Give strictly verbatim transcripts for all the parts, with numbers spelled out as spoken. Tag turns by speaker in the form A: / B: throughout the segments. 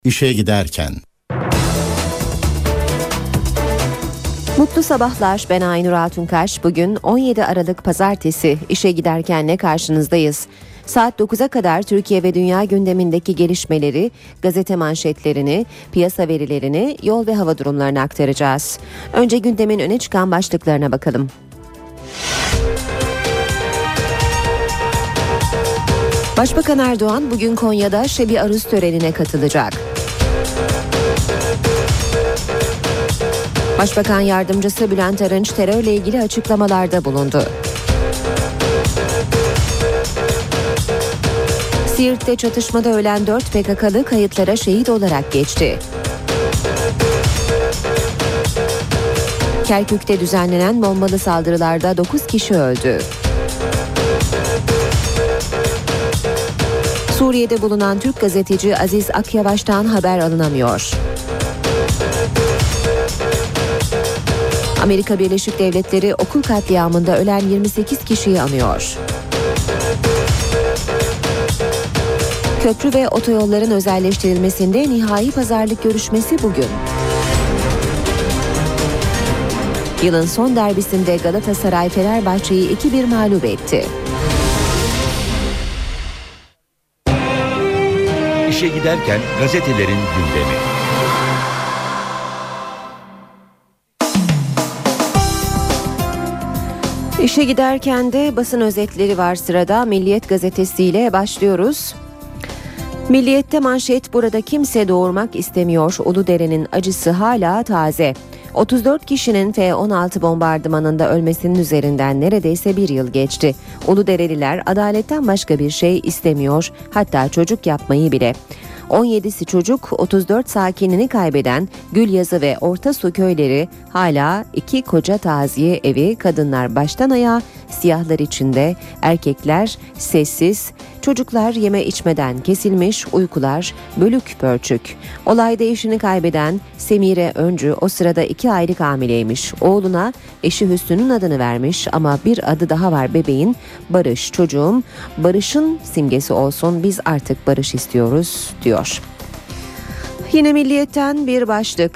A: İşe giderken.
B: Mutlu sabahlar, ben Aynur Altunkaş. Bugün on yedi Aralık Pazartesi. İşe giderkenle karşınızdayız. Saat dokuza kadar Türkiye ve dünya gündemindeki gelişmeleri, gazete manşetlerini, piyasa verilerini, yol ve hava durumlarını aktaracağız. Önce gündemin öne çıkan başlıklarına bakalım. Başbakan Erdoğan bugün Konya'da Şebi Aruz törenine katılacak. Başbakan Yardımcısı Bülent Arınç terörle ilgili açıklamalarda bulundu. Siirt'te çatışmada ölen dört P K K'lı kayıtlara şehit olarak geçti. Kerkük'te düzenlenen bombalı saldırılarda dokuz kişi öldü. Suriye'de bulunan Türk gazeteci Aziz Akyavaş'tan haber alınamıyor. Amerika Birleşik Devletleri okul katliamında ölen yirmi sekiz kişiyi anıyor. Köprü ve otoyolların özelleştirilmesinde nihai pazarlık görüşmesi bugün. Yılın son derbisinde Galatasaray Fenerbahçe'yi iki bir mağlup etti.
C: İşe giderken gazetelerin gündemi.
B: İşe giderken de basın özetleri var sırada. Milliyet gazetesiyle başlıyoruz. Milliyet'te manşet: burada kimse doğurmak istemiyor. Uludere'nin acısı hala taze. otuz dört kişinin F on altı bombardımanında ölmesinin üzerinden neredeyse bir yıl geçti. Uludereliler adaletten başka bir şey istemiyor, hatta çocuk yapmayı bile. on yedisi çocuk, otuz dört sakinini kaybeden Gülyazı ve Ortasu köyleri hala iki koca taziye evi, kadınlar baştan ayağa siyahlar içinde, erkekler sessiz, çocuklar yeme içmeden kesilmiş, uykular bölük pörçük. Olayda eşini kaybeden Semire Öncü o sırada iki aylık hamileymiş. Oğluna eşi Hüsnü'nün adını vermiş ama bir adı daha var bebeğin: Barış. Çocuğum barışın simgesi olsun, biz artık barış istiyoruz diyor. Yine Milliyet'ten bir başlık.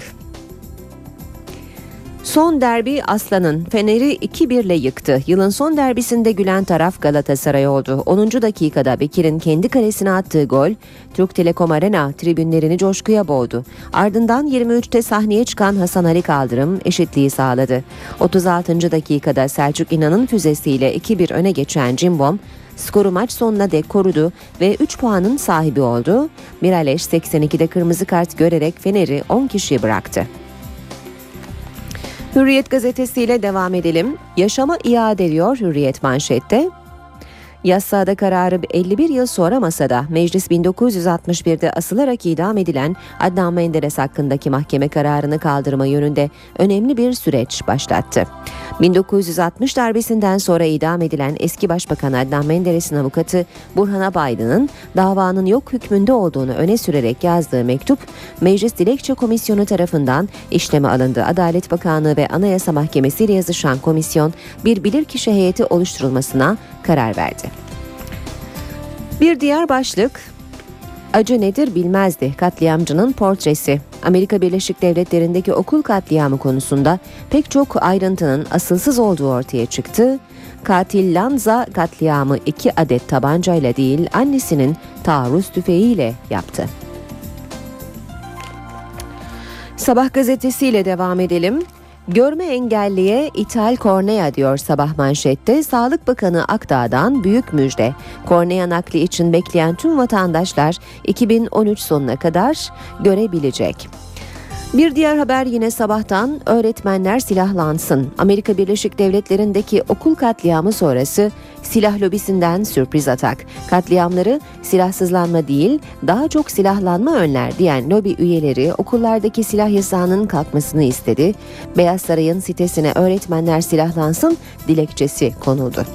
B: Son derbi Aslan'ın Fener'i iki birle yıktı. Yılın son derbisinde gülen taraf Galatasaray oldu. onuncu dakikada Bekir'in kendi kalesine attığı gol Türk Telekom Arena tribünlerini coşkuya boğdu. Ardından yirmi üçte sahneye çıkan Hasan Ali Kaldırım eşitliği sağladı. otuz altıncı dakikada Selçuk İnan'ın füzesiyle iki bir öne geçen Cimbom skoru maç sonuna dek korudu ve üç puanın sahibi oldu. Miraleş seksen ikide kırmızı kart görerek Fener'i on kişiye bıraktı. Hürriyet gazetesiyle devam edelim. Yaşama iade ediyor Hürriyet manşette. Yassada kararı elli bir yıl sonra masada. Meclis bin dokuz yüz altmış birde asılarak idam edilen Adnan Menderes hakkındaki mahkeme kararını kaldırma yönünde önemli bir süreç başlattı. bin dokuz yüz altmış darbesinden sonra idam edilen eski Başbakan Adnan Menderes'in avukatı Burhan Abaydın'ın davanın yok hükmünde olduğunu öne sürerek yazdığı mektup, Meclis Dilekçe Komisyonu tarafından işleme alındı. Adalet Bakanlığı ve Anayasa Mahkemesi ile yazışan komisyon bir bilirkişi heyeti oluşturulmasına karar verdi. Bir diğer başlık: acı nedir bilmezdi, katliamcının portresi. Amerika Birleşik Devletleri'ndeki okul katliamı konusunda pek çok ayrıntının asılsız olduğu ortaya çıktı. Katil Lanza katliamı iki adet tabancayla değil, annesinin taarruz tüfeğiyle yaptı. Sabah gazetesiyle devam edelim. Görme engelliye ithal kornea diyor Sabah manşette. Sağlık Bakanı Akdağ'dan büyük müjde. Kornea nakli için bekleyen tüm vatandaşlar iki bin on üç sonuna kadar görebilecek. Bir diğer haber yine Sabah'tan: öğretmenler silahlansın. Amerika Birleşik Devletleri'ndeki okul katliamı sonrası silah lobisinden sürpriz atak. Katliamları silahsızlanma değil, daha çok silahlanma önler diyen lobi üyeleri okullardaki silah yasağının kalkmasını istedi. Beyaz Saray'ın sitesine öğretmenler silahlansın dilekçesi konuldu.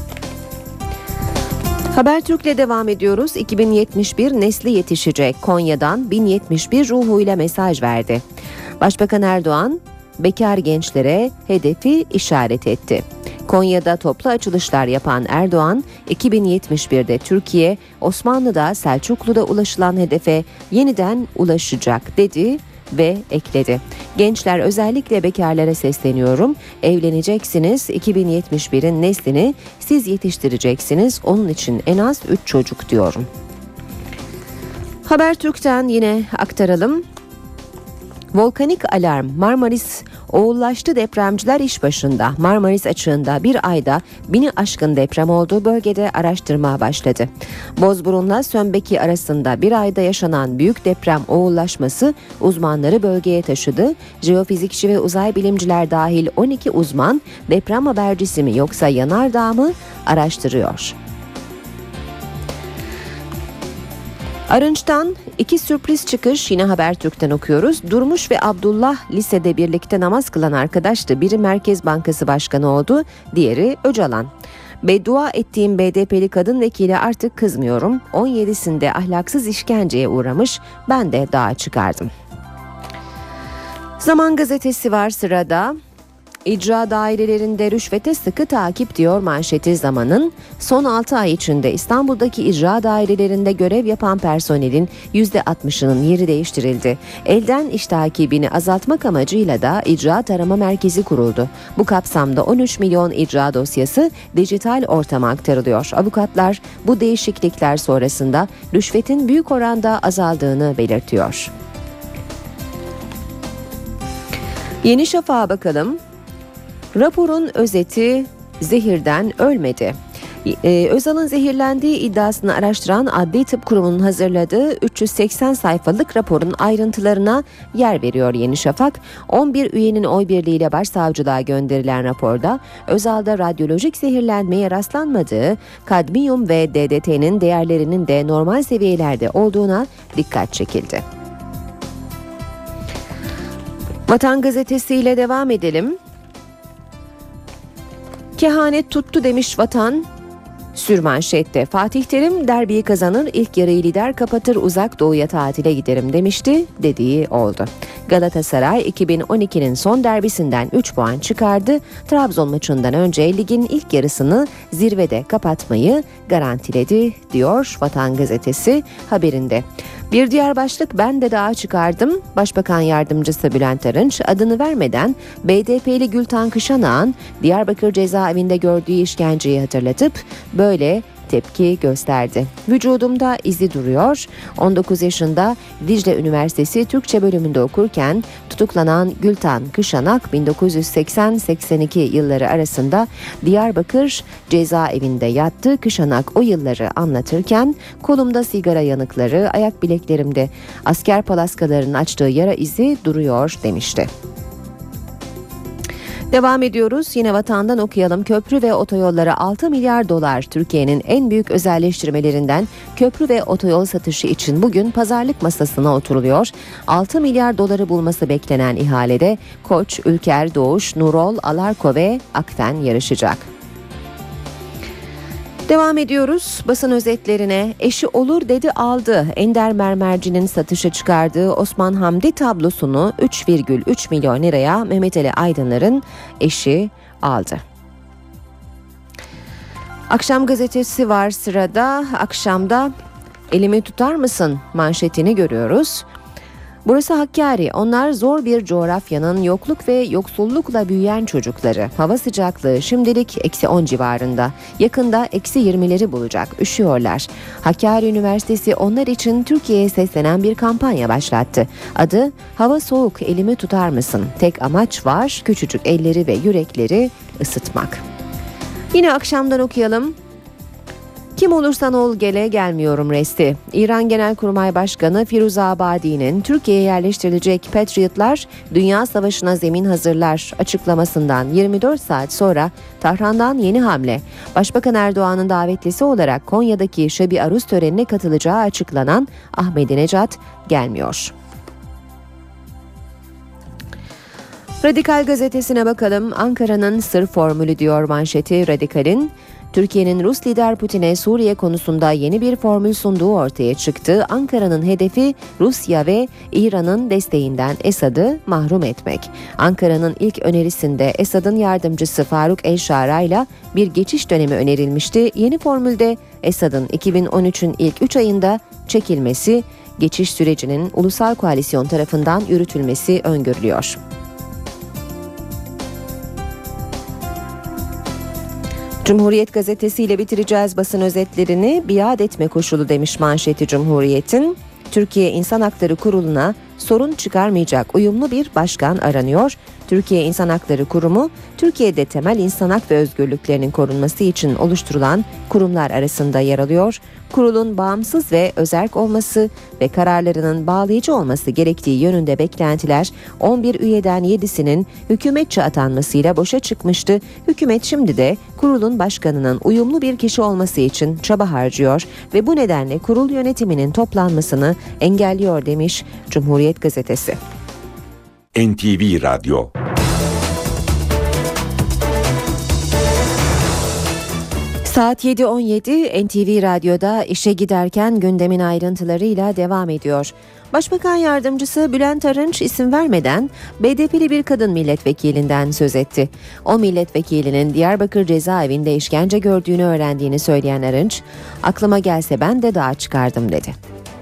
B: Habertürk'le devam ediyoruz. iki bin yetmiş bir nesli yetişecek. Konya'dan bin yetmiş bir ruhuyla mesaj verdi. Başbakan Erdoğan bekar gençlere hedefi işaret etti. Konya'da toplu açılışlar yapan Erdoğan, iki bin yetmiş birde Türkiye, Osmanlı'da, Selçuklu'da ulaşılan hedefe yeniden ulaşacak dedi ve ekledi. Gençler, özellikle bekarlara sesleniyorum. Evleneceksiniz, iki bin yetmiş birin neslini siz yetiştireceksiniz. Onun için en az üç çocuk diyorum. Habertürk'ten yine aktaralım. Volkanik alarm. Marmaris oğullaştı, depremciler iş başında. Marmaris açığında bir ayda bini aşkın deprem olduğu bölgede araştırma başladı. Bozburun'la Sömbeki arasında bir ayda yaşanan büyük deprem oğullaşması uzmanları bölgeye taşıdı. Jeofizikçi ve uzay bilimciler dahil on iki uzman deprem habercisi mi yoksa yanardağ mı araştırıyor. Arınç'tan iki sürpriz çıkış, yine Habertürk'ten okuyoruz. Durmuş ve Abdullah lisede birlikte namaz kılan arkadaştı. Biri Merkez Bankası Başkanı oldu, diğeri Öcalan. Beddua ettiğim B D P'li kadın vekili artık kızmıyorum. on yedisinde ahlaksız işkenceye uğramış, ben de dağa çıkardım. Zaman gazetesi var sırada. İcra dairelerinde rüşvete sıkı takip diyor manşeti Zaman'ın. Son altı ay içinde İstanbul'daki icra dairelerinde görev yapan personelin yüzde altmışının yeri değiştirildi. Elden iş takibini azaltmak amacıyla da icra tarama merkezi kuruldu. Bu kapsamda on üç milyon icra dosyası dijital ortama aktarılıyor. Avukatlar bu değişiklikler sonrasında rüşvetin büyük oranda azaldığını belirtiyor. Yeni Şafak'a bakalım. Raporun özeti, zehirden ölmedi. Ee, Özal'ın zehirlendiği iddiasını araştıran Adli Tıp Kurumu'nun hazırladığı üç yüz seksen sayfalık raporun ayrıntılarına yer veriyor Yeni Şafak. on bir üyenin oy birliğiyle başsavcılığa gönderilen raporda Özal'da radyolojik zehirlenmeye rastlanmadığı, kadmiyum ve D D T'nin değerlerinin de normal seviyelerde olduğuna dikkat çekildi. Vatan gazetesiyle devam edelim. Kehanet tuttu demiş Vatan. Sürmanşette Fatih Terim derbiyi kazanır, ilk yarıyı lider kapatır, uzak doğuya tatile giderim demişti, dediği oldu. Galatasaray iki bin on ikinin son derbisinden üç puan çıkardı. Trabzon maçından önce ligin ilk yarısını zirvede kapatmayı garantiledi diyor Vatan gazetesi haberinde. Bir diğer başlık, ben de dağa çıkardım. Başbakan Yardımcısı Bülent Arınç adını vermeden B D P'li Gültan Kışanak'ın Diyarbakır cezaevinde gördüğü işkenceyi hatırlatıp böyle tepki gösterdi. Vücudumda izi duruyor. on dokuz yaşında Dicle Üniversitesi Türkçe bölümünde okurken tutuklanan Gültan Kışanak bin dokuz yüz seksen seksen iki yılları arasında Diyarbakır cezaevinde yattı. Kışanak o yılları anlatırken kolumda sigara yanıkları, ayak bileklerimde asker palaskalarının açtığı yara izi duruyor demişti. Devam ediyoruz. Yine Vatan'dan okuyalım. Köprü ve otoyollara altı milyar dolar. Türkiye'nin en büyük özelleştirmelerinden köprü ve otoyol satışı için bugün pazarlık masasına oturuluyor. altı milyar doları bulması beklenen ihalede Koç, Ülker, Doğuş, Nurol, Alarko ve Akfen yarışacak. Devam ediyoruz basın özetlerine. Eşi olur dedi aldı. Ender Mermerci'nin satışa çıkardığı Osman Hamdi tablosunu üç virgül üç milyon liraya Mehmet Ali Aydınlar'ın eşi aldı. Akşam gazetesi var sırada. Akşamda elimi tutar mısın manşetini görüyoruz. Burası Hakkari. Onlar zor bir coğrafyanın yokluk ve yoksullukla büyüyen çocukları. Hava sıcaklığı şimdilik eksi on civarında. Yakında eksi yirmileri bulacak. Üşüyorlar. Hakkari Üniversitesi onlar için Türkiye'ye seslenen bir kampanya başlattı. Adı Hava Soğuk, elimi tutar mısın? Tek amaç var, küçücük elleri ve yürekleri ısıtmak. Yine akşamdan okuyalım. Kim olursan ol gele gelmiyorum resti. İran Genelkurmay Başkanı Firuze Abadi'nin Türkiye'ye yerleştirilecek Patriotlar Dünya Savaşı'na zemin hazırlar açıklamasından yirmi dört saat sonra Tahran'dan yeni hamle. Başbakan Erdoğan'ın davetlisi olarak Konya'daki Şebi Aruz törenine katılacağı açıklanan Ahmedinecad gelmiyor. Radikal gazetesine bakalım. Ankara'nın sır formülü diyor manşeti Radikal'in. Türkiye'nin Rus lider Putin'e Suriye konusunda yeni bir formül sunduğu ortaya çıktı. Ankara'nın hedefi Rusya ve İran'ın desteğinden Esad'ı mahrum etmek. Ankara'nın ilk önerisinde Esad'ın yardımcısı Faruk El-Şara'yla bir geçiş dönemi önerilmişti. Yeni formülde Esad'ın iki bin on üçün ilk üç ayında çekilmesi, geçiş sürecinin ulusal koalisyon tarafından yürütülmesi öngörülüyor. Cumhuriyet gazetesiyle bitireceğiz basın özetlerini. Biat etme koşulu demiş manşeti Cumhuriyet'in. Türkiye İnsan Hakları Kurulu'na sorun çıkarmayacak uyumlu bir başkan aranıyor. Türkiye İnsan Hakları Kurumu, Türkiye'de temel insan hak ve özgürlüklerinin korunması için oluşturulan kurumlar arasında yer alıyor. Kurulun bağımsız ve özerk olması ve kararlarının bağlayıcı olması gerektiği yönünde beklentiler on bir üyeden yedisinin hükümetçi atanmasıyla boşa çıkmıştı. Hükümet şimdi de kurulun başkanının uyumlu bir kişi olması için çaba harcıyor ve bu nedenle kurul yönetiminin toplanmasını engelliyor demiş Cumhuriyet gazetesi.
C: N T V Radyo.
B: Saat yedi on yedi N T V Radyo'da işe giderken gündemin ayrıntılarıyla devam ediyor. Başbakan Yardımcısı Bülent Arınç isim vermeden B D P'li bir kadın milletvekilinden söz etti. O milletvekilinin Diyarbakır cezaevinde işkence gördüğünü öğrendiğini söyleyen Arınç, "Aklıma gelse ben de dağa çıkardım." dedi.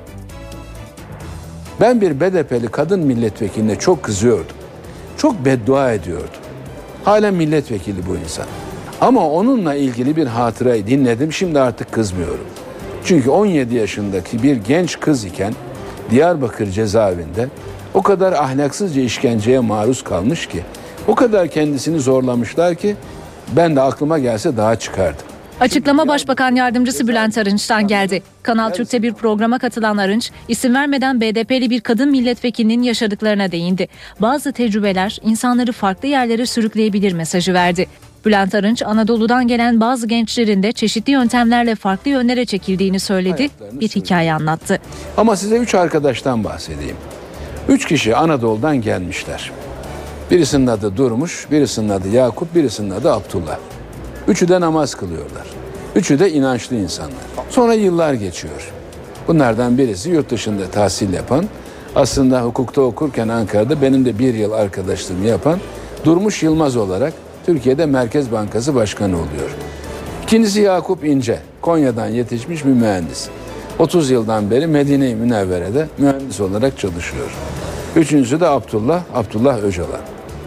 A: Ben bir B D P'li kadın milletvekiline çok kızıyordum. Çok beddua ediyordum. Halen milletvekili bu insan. Ama onunla ilgili bir hatırayı dinledim. Şimdi artık kızmıyorum. Çünkü on yedi yaşındaki bir genç kız iken Diyarbakır cezaevinde o kadar ahlaksızca işkenceye maruz kalmış ki, o kadar kendisini zorlamışlar ki ben de aklıma gelse dağa çıkardım.
D: Açıklama Başbakan Yardımcısı Bülent Arınç'tan geldi. Kanal Türk'te bir programa katılan Arınç, isim vermeden B D P'li bir kadın milletvekilinin yaşadıklarına değindi. Bazı tecrübeler insanları farklı yerlere sürükleyebilir mesajı verdi. Bülent Arınç, Anadolu'dan gelen bazı gençlerin de çeşitli yöntemlerle farklı yönlere çekildiğini söyledi, bir hikaye anlattı.
A: Ama size üç arkadaştan bahsedeyim. Üç kişi Anadolu'dan gelmişler. Birisinin adı Durmuş, birisinin adı Yakup, birisinin adı Abdullah. Üçü de namaz kılıyorlar. Üçü de inançlı insanlar. Sonra yıllar geçiyor. Bunlardan birisi yurt dışında tahsil yapan, aslında hukukta okurken Ankara'da benim de bir yıl arkadaşlığımı yapan Durmuş Yılmaz olarak Türkiye'de Merkez Bankası Başkanı oluyor. İkincisi Yakup İnce, Konya'dan yetişmiş bir mühendis. otuz yıldan beri Medine-i Münevvere'de mühendis olarak çalışıyor. Üçüncüsü de Abdullah, Abdullah Öcalan.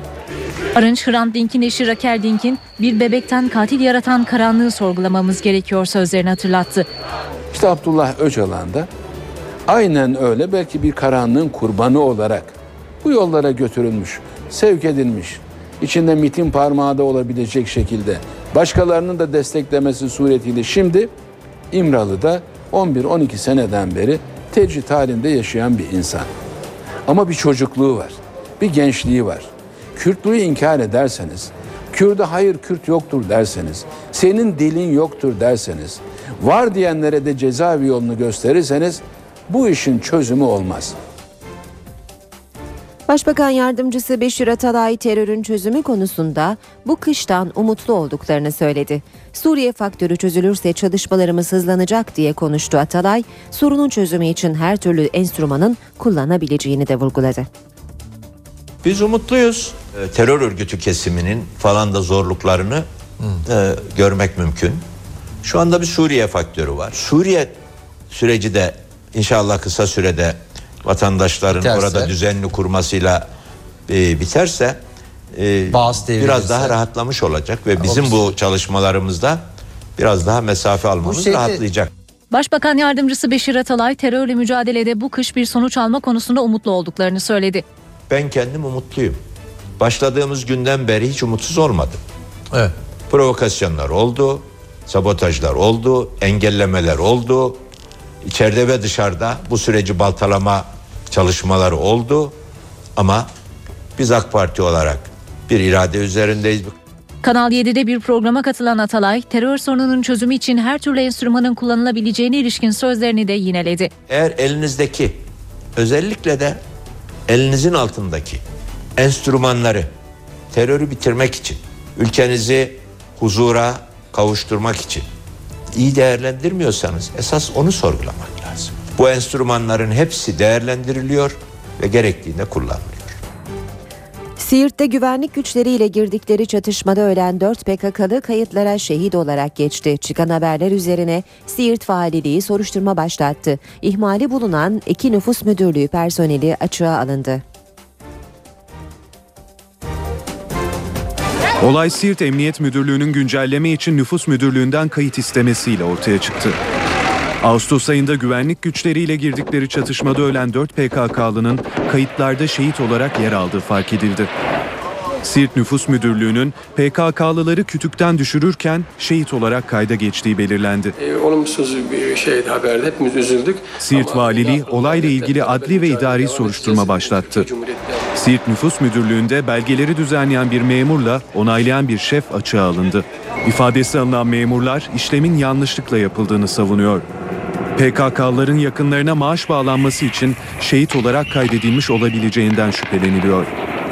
D: Arınç, Hrant Dink'in eşi Raquel Dink'in bir bebekten katil yaratan karanlığı sorgulamamız gerekiyor sözlerini hatırlattı.
A: İşte Abdullah Öcalan da aynen öyle, belki bir karanlığın kurbanı olarak bu yollara götürülmüş, sevk edilmiş, içinde MİT'in parmağı da olabilecek şekilde başkalarının da desteklemesi suretiyle şimdi İmralı'da on bir on iki seneden beri tecrit halinde yaşayan bir insan. Ama bir çocukluğu var, bir gençliği var. Kürtlüğü inkar ederseniz, Kürt'e hayır Kürt yoktur derseniz, senin dilin yoktur derseniz, var diyenlere de cezaevi yolunu gösterirseniz bu işin çözümü olmaz.
B: Başbakan Yardımcısı Beşir Atalay terörün çözümü konusunda bu kıştan umutlu olduklarını söyledi. Suriye faktörü çözülürse çalışmalarımız hızlanacak diye konuştu Atalay. Sorunun çözümü için her türlü enstrümanın kullanabileceğini de vurguladı.
E: Biz umutluyuz. E, terör örgütü kesiminin falan da zorluklarını e, görmek mümkün. Şu anda bir Suriye faktörü var. Suriye süreci de inşallah kısa sürede vatandaşların biterse, orada düzenli kurmasıyla e, biterse e, biraz daha rahatlamış olacak ve bizim bu çalışmalarımızda biraz daha mesafe almamız şeyde... rahatlayacak.
D: Başbakan Yardımcısı Beşir Atalay terörle mücadelede bu kış bir sonuç alma konusunda umutlu olduklarını söyledi.
E: Ben kendim umutluyum. Başladığımız günden beri hiç umutsuz olmadım.
F: Evet.
E: Provokasyonlar oldu, sabotajlar oldu, engellemeler oldu. İçeride ve dışarıda bu süreci baltalama çalışmaları oldu. Ama biz AK Parti olarak bir irade üzerindeyiz.
D: Kanal yedide bir programa katılan Atalay, terör sorununun çözümü için her türlü enstrümanın kullanılabileceğine ilişkin sözlerini de yineledi.
E: Eğer elinizdeki, özellikle de elinizin altındaki enstrümanları terörü bitirmek için, ülkenizi huzura, kavuşturmak için iyi değerlendirmiyorsanız esas onu sorgulamak lazım. Bu enstrümanların hepsi değerlendiriliyor ve gerektiğinde kullanılıyor.
B: Siirt'te güvenlik güçleriyle girdikleri çatışmada ölen dört P K K'lı kayıtlara şehit olarak geçti. Çıkan haberler üzerine Siirt Valiliği soruşturma başlattı. İhmali bulunan iki nüfus müdürlüğü personeli açığa alındı.
F: Olay Siirt Emniyet Müdürlüğü'nün güncelleme için nüfus müdürlüğünden kayıt istemesiyle ortaya çıktı. Ağustos ayında güvenlik güçleriyle girdikleri çatışmada ölen dört P K K'lının kayıtlarda şehit olarak yer aldığı fark edildi. Siirt Nüfus Müdürlüğü'nün P K K'lıları kütükten düşürürken şehit olarak kayda geçtiği belirlendi.
G: E, olumsuz bir şeydi haberde, hepimiz üzüldük.
F: Siirt Valiliği olayla ilgili adli ve idari soruşturma başlattı. Siirt Nüfus Müdürlüğü'nde belgeleri düzenleyen bir memurla onaylayan bir şef açığa alındı. İfadesi alınan memurlar işlemin yanlışlıkla yapıldığını savunuyor. P K K'lıların yakınlarına maaş bağlanması için şehit olarak kaydedilmiş olabileceğinden şüpheleniliyor.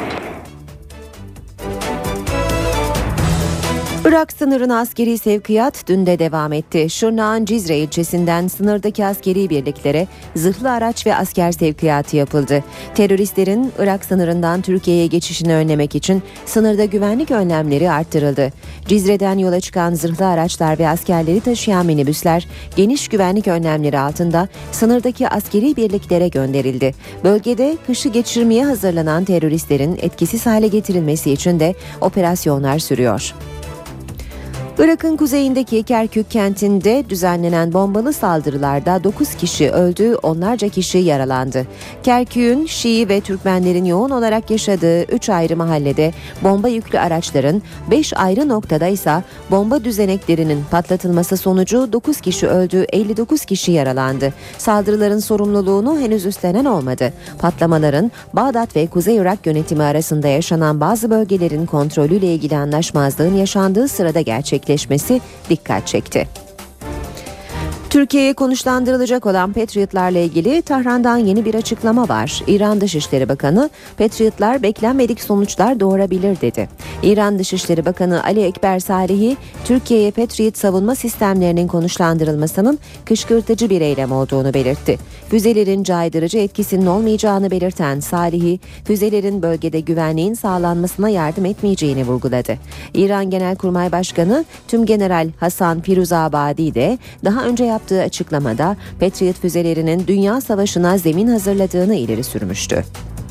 B: Irak sınırına askeri sevkiyat dün de devam etti. Şırnak'ın Cizre ilçesinden sınırdaki askeri birliklere zırhlı araç ve asker sevkiyatı yapıldı. Teröristlerin Irak sınırından Türkiye'ye geçişini önlemek için sınırda güvenlik önlemleri arttırıldı. Cizre'den yola çıkan zırhlı araçlar ve askerleri taşıyan minibüsler geniş güvenlik önlemleri altında sınırdaki askeri birliklere gönderildi. Bölgede kışı geçirmeye hazırlanan teröristlerin etkisiz hale getirilmesi için de operasyonlar sürüyor. Irak'ın kuzeyindeki Kerkük kentinde düzenlenen bombalı saldırılarda dokuz kişi öldü, onlarca kişi yaralandı. Kerkük'ün Şii ve Türkmenlerin yoğun olarak yaşadığı üç ayrı mahallede bomba yüklü araçların, beş ayrı noktada ise bomba düzeneklerinin patlatılması sonucu dokuz kişi öldü, elli dokuz kişi yaralandı. Saldırıların sorumluluğunu henüz üstlenen olmadı. Patlamaların Bağdat ve Kuzey Irak yönetimi arasında yaşanan bazı bölgelerin kontrolüyle ilgili anlaşmazlığın yaşandığı sırada gerçekleşti. dikkat çekti. Türkiye'ye konuşlandırılacak olan Patriotlarla ilgili Tahran'dan yeni bir açıklama var. İran Dışişleri Bakanı, Patriotlar beklenmedik sonuçlar doğurabilir dedi. İran Dışişleri Bakanı Ali Ekber Salehi, Türkiye'ye Patriot savunma sistemlerinin konuşlandırılmasının kışkırtıcı bir eylem olduğunu belirtti. Füzelerin caydırıcı etkisinin olmayacağını belirten Salehi, füzelerin bölgede güvenliğin sağlanmasına yardım etmeyeceğini vurguladı. İran Genelkurmay Başkanı Tümgeneral Hasan Firuzabadi de daha önce yaptığı yaptığı açıklamada Patriot füzelerinin dünya savaşına zemin hazırladığını ileri sürmüştü.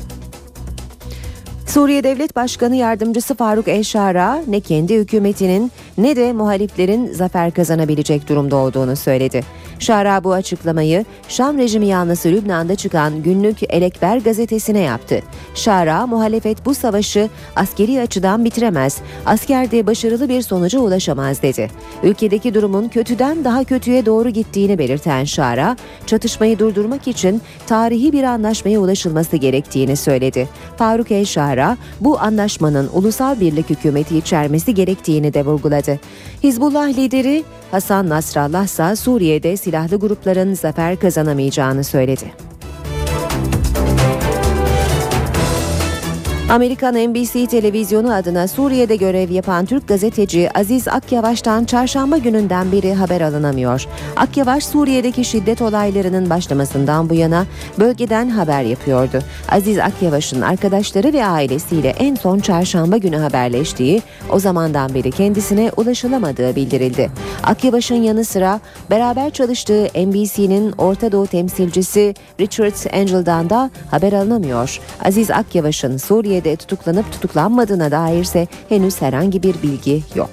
B: Suriye Devlet Başkanı Yardımcısı Faruk El-Şara ne kendi hükümetinin ne de muhaliflerin zafer kazanabilecek durumda olduğunu söyledi. Şara bu açıklamayı Şam rejimi yanlısı Lübnan'da çıkan günlük El Ekber gazetesine yaptı. Şara, muhalefet bu savaşı askeri açıdan bitiremez, asker de başarılı bir sonuca ulaşamaz dedi. Ülkedeki durumun kötüden daha kötüye doğru gittiğini belirten Şara, çatışmayı durdurmak için tarihi bir anlaşmaya ulaşılması gerektiğini söyledi. Faruk El-Şara, bu anlaşmanın ulusal birlik hükümeti içermesi gerektiğini de vurguladı. Hizbullah lideri Hasan Nasrallah ise Suriye'de silahlı grupların zafer kazanamayacağını söyledi. Amerikan N B C televizyonu adına Suriye'de görev yapan Türk gazeteci Aziz Akyavaş'tan çarşamba gününden beri haber alınamıyor. Akyavaş, Suriye'deki şiddet olaylarının başlamasından bu yana bölgeden haber yapıyordu. Aziz Akyavaş'ın arkadaşları ve ailesiyle en son çarşamba günü haberleştiği, o zamandan beri kendisine ulaşılamadığı bildirildi. Akyavaş'ın yanı sıra beraber çalıştığı N B C'nin Orta Doğu temsilcisi Richard Angel'dan da haber alınamıyor. Aziz Akyavaş'ın Suriye de tutuklanıp tutuklanmadığına dairse henüz herhangi bir bilgi yok.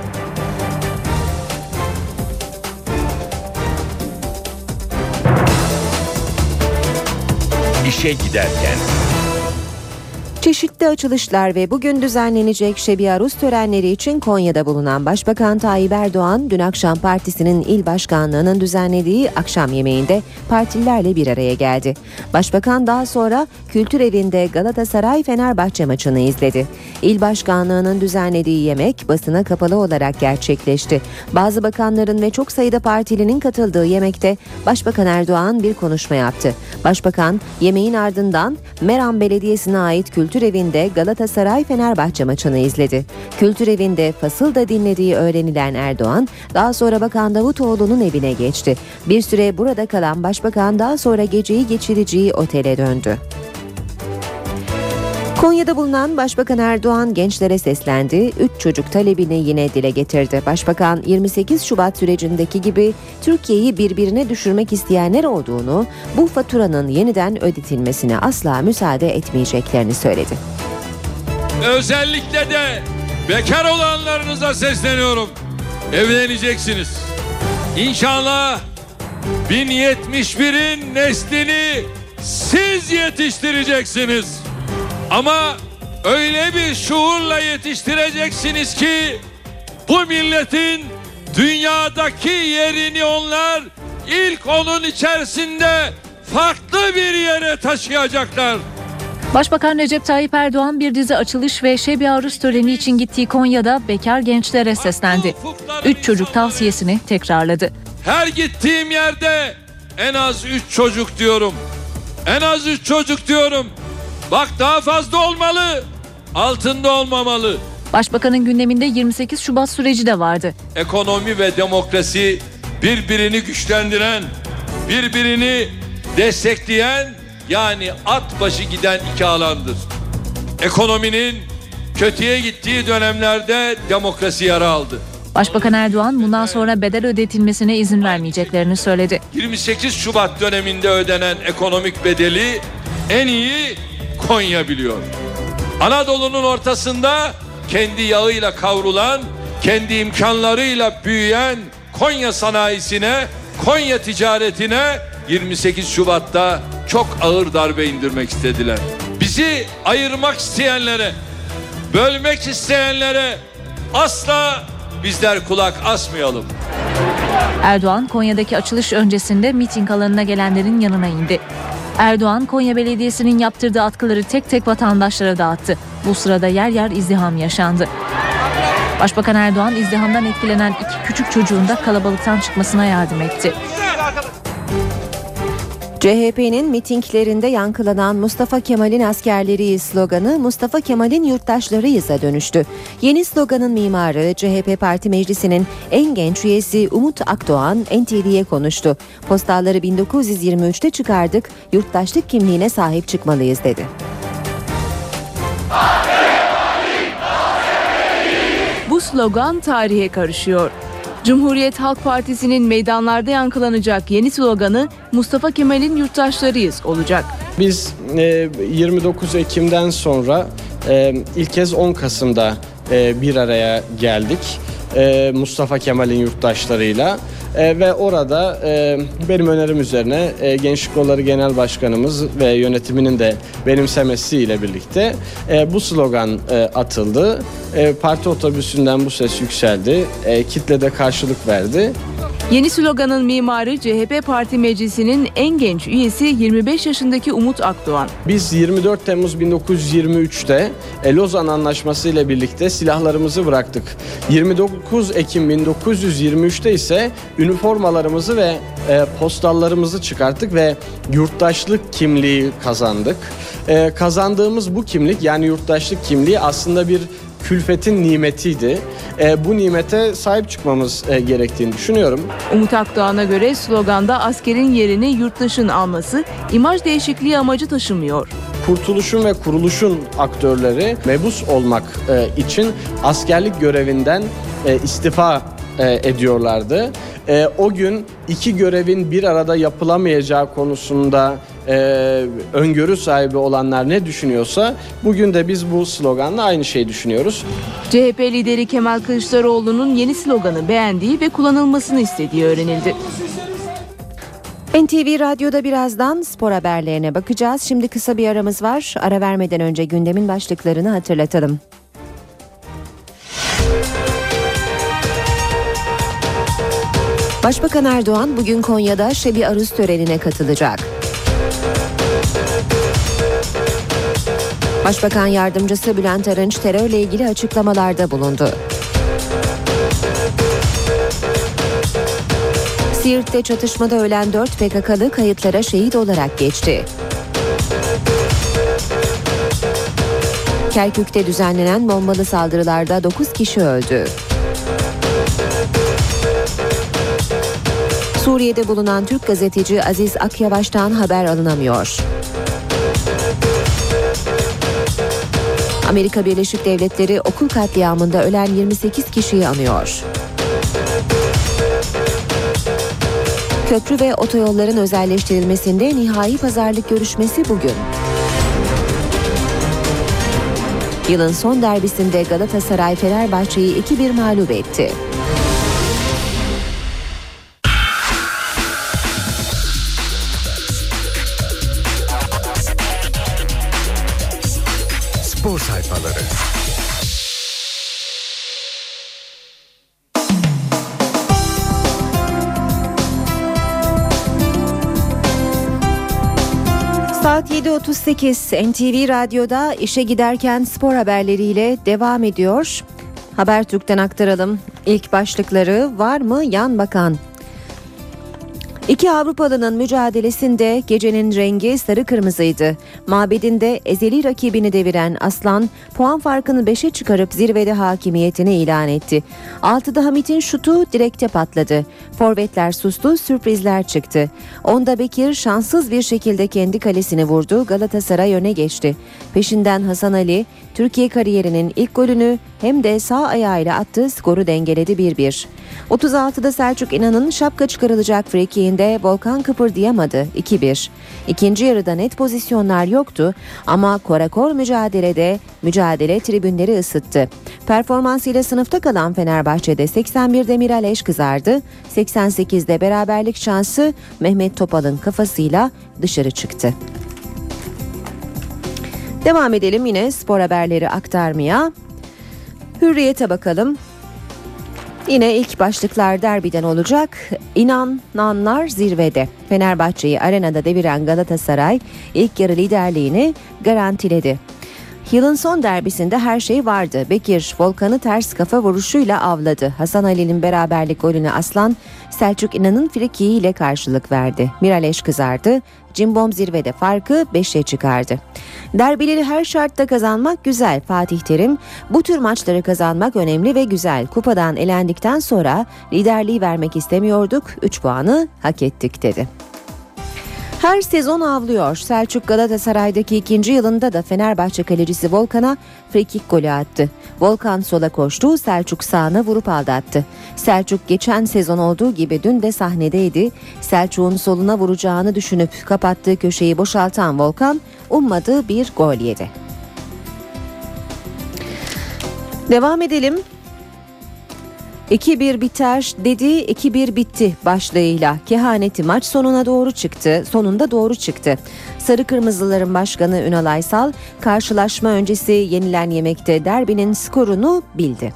C: İşe giderken.
B: Çeşitli açılışlar ve bugün düzenlenecek Şebi Aruz törenleri için Konya'da bulunan Başbakan Tayyip Erdoğan, dün akşam partisinin il başkanlığının düzenlediği akşam yemeğinde partililerle bir araya geldi. Başbakan daha sonra Kültür Evi'nde Galatasaray-Fenerbahçe maçını izledi. İl başkanlığının düzenlediği yemek basına kapalı olarak gerçekleşti. Bazı bakanların ve çok sayıda partilinin katıldığı yemekte Başbakan Erdoğan bir konuşma yaptı. Başbakan, yemeğin ardından Meram Belediyesi'ne ait Kültür Kültürevinde Galatasaray Fenerbahçe maçını izledi. Kültürevinde fasıl da dinlediği öğrenilen Erdoğan, daha sonra Bakan Davutoğlu'nun evine geçti. Bir süre burada kalan Başbakan daha sonra geceyi geçireceği otele döndü. Konya'da bulunan Başbakan Erdoğan gençlere seslendi, üç çocuk talebini yine dile getirdi. Başbakan yirmi sekiz Şubat sürecindeki gibi Türkiye'yi birbirine düşürmek isteyenler olduğunu, bu faturanın yeniden ödetilmesine asla müsaade etmeyeceklerini söyledi.
H: Özellikle de bekar olanlarınıza sesleniyorum. Evleneceksiniz. İnşallah bin yetmiş birin neslini siz yetiştireceksiniz. Ama öyle bir şuurla yetiştireceksiniz ki bu milletin dünyadaki yerini onlar ilk onun içerisinde farklı bir yere taşıyacaklar.
D: Başbakan Recep Tayyip Erdoğan bir dizi açılış ve şebi aruz töreni için gittiği Konya'da bekar gençlere seslendi. Üç çocuk tavsiyesini tekrarladı.
H: Her gittiğim yerde en az üç çocuk diyorum. En az üç çocuk diyorum. Bak daha fazla olmalı, altında olmamalı.
D: Başbakanın gündeminde yirmi sekiz Şubat süreci de vardı.
H: Ekonomi ve demokrasi birbirini güçlendiren, birbirini destekleyen, yani at başı giden iki alandır. Ekonominin kötüye gittiği dönemlerde demokrasi yara aldı.
D: Başbakan Erdoğan bundan sonra bedel ödetilmesine izin vermeyeceklerini söyledi.
H: yirmi sekiz Şubat döneminde ödenen ekonomik bedeli en iyi Konya biliyor. Anadolu'nun ortasında kendi yağıyla kavrulan, kendi imkanlarıyla büyüyen Konya sanayisine, Konya ticaretine yirmi sekiz Şubat'ta çok ağır darbe indirmek istediler. Bizi ayırmak isteyenlere, bölmek isteyenlere asla bizler kulak asmayalım.
D: Erdoğan Konya'daki açılış öncesinde miting alanına gelenlerin yanına indi. Erdoğan Konya Belediyesi'nin yaptırdığı atkıları tek tek vatandaşlara dağıttı. Bu sırada yer yer izdiham yaşandı. Başbakan Erdoğan izdihamdan etkilenen iki küçük çocuğun da kalabalıktan çıkmasına yardım etti.
B: C H P'nin mitinglerinde yankılanan Mustafa Kemal'in askerleriyiz sloganı Mustafa Kemal'in yurttaşlarıyız'a dönüştü. Yeni sloganın mimarı C H P Parti Meclisi'nin en genç üyesi Umut Akdoğan N T V'ye konuştu. Postalları bin dokuz yüz yirmi üçte çıkardık, yurttaşlık kimliğine sahip çıkmalıyız dedi.
I: Bu slogan tarihe karışıyor. Cumhuriyet Halk Partisi'nin meydanlarda yankılanacak yeni sloganı Mustafa Kemal'in yurttaşlarıyız olacak.
J: Biz yirmi dokuz Ekim'den sonra ilk kez on Kasım'da bir araya geldik Mustafa Kemal'in yurttaşlarıyla ve orada benim önerim üzerine Gençlik Kolları Genel Başkanımız ve yönetiminin de benimsemesiyle birlikte bu slogan atıldı. Parti otobüsünden bu ses yükseldi, kitlede karşılık verdi.
I: Yeni sloganın mimarı C H P Parti Meclisi'nin en genç üyesi yirmi beş yaşındaki Umut Akdoğan.
J: Biz yirmi dört Temmuz bin dokuz yüz yirmi üçte Lozan Anlaşması ile birlikte silahlarımızı bıraktık. yirmi dokuz Ekim bin dokuz yüz yirmi üçte ise üniformalarımızı ve e, postallarımızı çıkarttık ve yurttaşlık kimliği kazandık. E, kazandığımız bu kimlik, yani yurttaşlık kimliği aslında bir külfetin nimetiydi. E, bu nimete sahip çıkmamız e, gerektiğini düşünüyorum.
I: Umut Akdoğan'a göre sloganda askerin yerini yurttaşın alması imaj değişikliği amacı taşımıyor.
J: Kurtuluşun ve kuruluşun aktörleri mebus olmak e, için askerlik görevinden e, istifa e, ediyorlardı. E, o gün iki görevin bir arada yapılamayacağı konusunda e, öngörü sahibi olanlar ne düşünüyorsa bugün de biz bu sloganla aynı şeyi düşünüyoruz.
I: C H P lideri Kemal Kılıçdaroğlu'nun yeni sloganı beğendiği ve kullanılmasını istediği öğrenildi.
B: N T V Radyo'da birazdan spor haberlerine bakacağız. Şimdi kısa bir aramız var. Ara vermeden önce gündemin başlıklarını hatırlatalım. Başbakan Erdoğan bugün Konya'da şebi aruz törenine katılacak. Başbakan Yardımcısı Bülent Arınç terörle ilgili açıklamalarda bulundu. Siirt'te çatışmada ölen dört P K K'lı kayıtlara şehit olarak geçti. Kerkük'te düzenlenen bombalı saldırılarda dokuz kişi öldü. Suriye'de bulunan Türk gazeteci Aziz Akyavaş'tan haber alınamıyor. Amerika Birleşik Devletleri okul katliamında ölen yirmi sekiz kişiyi anıyor. Köprü ve otoyolların özelleştirilmesinde nihai pazarlık görüşmesi bugün. Yılın son derbisinde Galatasaray Fenerbahçe'yi iki bir mağlup etti.
K: Spor sayfaları.
B: Saat yedi otuz sekiz N T V Radyo'da işe giderken spor haberleriyle devam ediyor. Habertürk'ten aktaralım. İlk başlıkları var mı yan bakan? İki Avrupalı'nın mücadelesinde gecenin rengi sarı kırmızıydı. Mabedinde ezeli rakibini deviren Aslan puan farkını beşe çıkarıp zirvede hakimiyetini ilan etti. altıda Hamit'in şutu direkte patladı. Forvetler sustu, sürprizler çıktı. Onda Bekir şanssız bir şekilde kendi kalesini vurdu, Galatasaray öne geçti. Peşinden Hasan Ali Türkiye kariyerinin ilk golünü hem de sağ ayağıyla attığı skoru dengeledi bir bir. otuz altıda Selçuk İnan'ın şapka çıkarılacak frikiğinde Volkan kıpırdayamadı iki bir. İkinci yarıda net pozisyonlar yoktu ama korakor mücadelede mücadele tribünleri ısıttı. Performansıyla sınıfta kalan Fenerbahçe'de seksen birde Miralem kızardı. seksen sekizde beraberlik şansı Mehmet Topal'ın kafasıyla dışarı çıktı. Devam edelim yine spor haberleri aktarmaya. Hürriyet'e bakalım. Yine ilk başlıklar derbiden olacak. İnananlar zirvede. Fenerbahçe'yi arenada deviren Galatasaray ilk yarı liderliğini garantiledi. Yılın son derbisinde her şey vardı. Bekir Volkan'ı ters kafa vuruşuyla avladı. Hasan Ali'nin beraberlik golüne Aslan, Selçuk İnan'ın frikiğiyle karşılık verdi. Miralem kızardı. Cimbom zirvede farkı beşe çıkardı. Derbileri her şartta kazanmak güzel. Fatih Terim, bu tür maçları kazanmak önemli ve güzel. Kupadan elendikten sonra liderliği vermek istemiyorduk. üç puanı hak ettik dedi. Her sezon avlıyor. Selçuk Galatasaray'daki ikinci yılında da Fenerbahçe kalecisi Volkan'a frikik golü attı. Volkan sola koştu, Selçuk sağına vurup aldattı. Selçuk geçen sezon olduğu gibi dün de sahnedeydi. Selçuk'un soluna vuracağını düşünüp kapattığı köşeyi boşaltan Volkan ummadığı bir gol yedi. Devam edelim. iki bir biter dedi, iki bir bitti başlığıyla kehaneti maç sonuna doğru çıktı, sonunda doğru çıktı. Sarı Kırmızıların başkanı Ünal Aysal, karşılaşma öncesi yenilen yemekte derbinin skorunu bildi.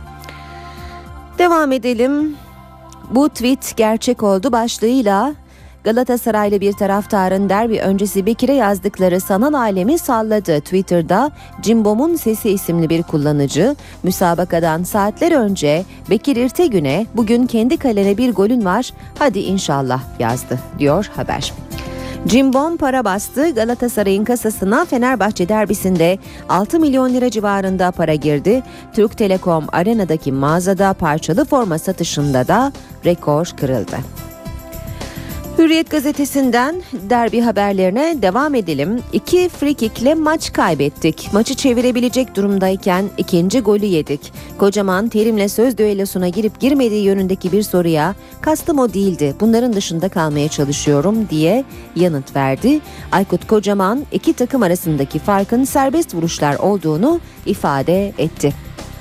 B: Devam edelim. Bu tweet gerçek oldu başlığıyla Galatasaraylı bir taraftarın derbi öncesi Bekir'e yazdıkları sanal alemi salladı. Twitter'da Cimbom'un Sesi isimli bir kullanıcı müsabakadan saatler önce Bekir İrtegün'e bugün kendi kalene bir golün var hadi inşallah yazdı diyor haber. Cimbom para bastı. Galatasaray'ın kasasına Fenerbahçe derbisinde altı milyon lira civarında para girdi. Türk Telekom Arena'daki mağazada parçalı forma satışında da rekor kırıldı. Hürriyet gazetesinden derbi haberlerine devam edelim. İki frikikle maç kaybettik. Maçı çevirebilecek durumdayken ikinci golü yedik. Kocaman Terim'le söz düellosuna girip girmediği yönündeki bir soruya kastım o değildi. Bunların dışında kalmaya çalışıyorum diye yanıt verdi. Aykut Kocaman iki takım arasındaki farkın serbest vuruşlar olduğunu ifade etti.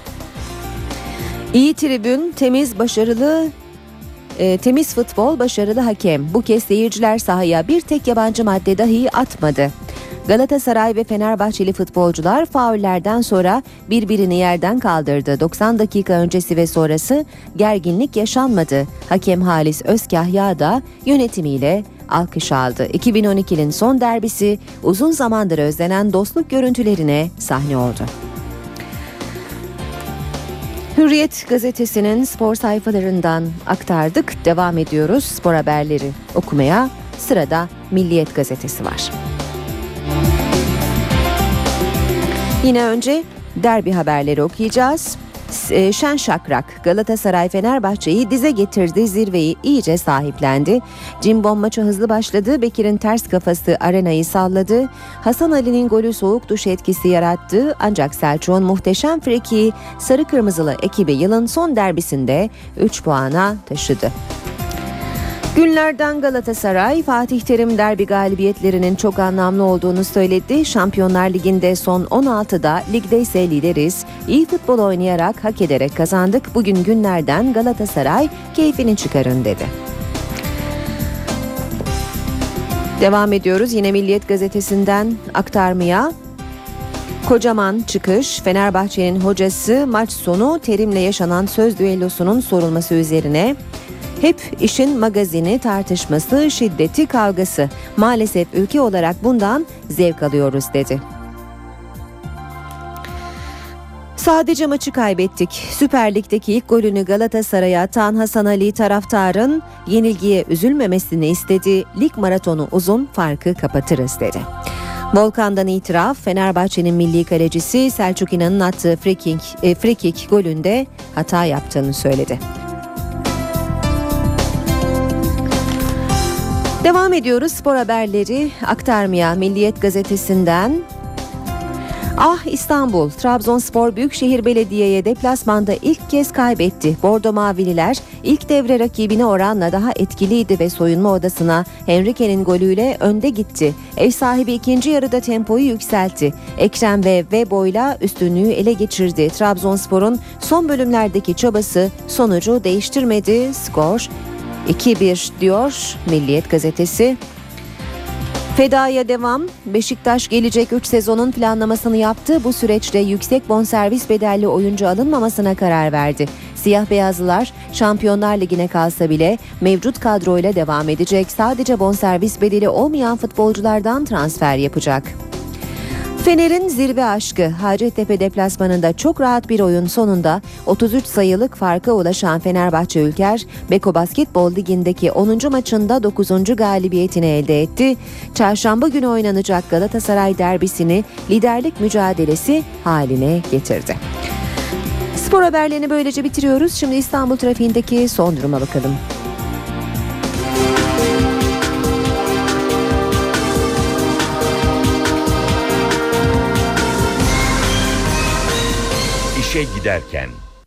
B: İyi tribün, temiz, başarılı E, temiz futbol, başarılı hakem. Bu kez seyirciler sahaya bir tek yabancı madde dahi atmadı. Galatasaray ve Fenerbahçeli futbolcular faullerden sonra birbirini yerden kaldırdı. doksan dakika öncesi ve sonrası gerginlik yaşanmadı. Hakem Halis Özkahya da yönetimiyle alkış aldı. iki bin on ikinin son derbisi uzun zamandır özlenen dostluk görüntülerine sahne oldu. Hürriyet gazetesinin spor sayfalarından aktardık. Devam ediyoruz spor haberleri okumaya. Sırada Milliyet gazetesi var. Yine önce derbi haberleri okuyacağız. Şen şakrak Galatasaray Fenerbahçe'yi dize getirdi, zirveyi iyice sahiplendi. Cimbom maça hızlı başladı. Bekir'in ters kafası arenayı salladı. Hasan Ali'nin golü soğuk duş etkisi yarattı. Ancak Selçuk'un muhteşem frikiyi sarı kırmızılı ekibi yılın son derbisinde üç puana taşıdı. Günlerden Galatasaray, Fatih Terim derbi galibiyetlerinin çok anlamlı olduğunu söyledi. Şampiyonlar Ligi'nde son on altıda, ligde ise lideriz. İyi futbol oynayarak, hak ederek kazandık. Bugün günlerden Galatasaray, keyfini çıkarın dedi. Devam ediyoruz yine Milliyet gazetesinden aktarmaya. Kocaman çıkış, Fenerbahçe'nin hocası maç sonu Terim'le yaşanan söz düellosunun sorulması üzerine. Hep işin magazini, tartışması, şiddeti, kavgası. Maalesef ülke olarak bundan zevk alıyoruz dedi. Sadece maçı kaybettik. Süper Lig'deki ilk golünü Galatasaray'a atan Hasan Ali taraftarın yenilgiye üzülmemesini istedi. Lig maratonu uzun, farkı kapatırız dedi. Volkan'dan itiraf, Fenerbahçe'nin milli kalecisi Selçuk İnan'ın attığı free kick, e, free kick golünde hata yaptığını söyledi. Devam ediyoruz spor haberleri aktarmaya Milliyet gazetesinden. Ah İstanbul, Trabzonspor Büyükşehir Belediye'ye deplasmanda ilk kez kaybetti. Bordo Mavililer ilk devre rakibine oranla daha etkiliydi ve soyunma odasına Henrique'nin golüyle önde gitti. Ev sahibi ikinci yarıda tempoyu yükseltti. Ekrem ve Vebo'yla üstünlüğü ele geçirdi. Trabzonspor'un son bölümlerdeki çabası sonucu değiştirmedi. Skor iki bir diyor Milliyet gazetesi. Fedaya devam. Beşiktaş gelecek üç sezonun planlamasını yaptı. Bu süreçte yüksek bonservis bedelli oyuncu alınmamasına karar verdi. Siyah beyazlılar Şampiyonlar Ligi'ne kalsa bile mevcut kadroyla devam edecek. Sadece bonservis bedeli olmayan futbolculardan transfer yapacak. Fener'in zirve aşkı Hacettepe deplasmanında çok rahat bir oyun sonunda otuz üç sayılık farka ulaşan Fenerbahçe Ülker, Beko Basketbol Ligi'ndeki onuncu maçında dokuzuncu galibiyetini elde etti. Çarşamba günü oynanacak Galatasaray derbisini liderlik mücadelesi haline getirdi. Spor haberlerini böylece bitiriyoruz. Şimdi İstanbul trafiğindeki son duruma bakalım.
C: İşe giderken.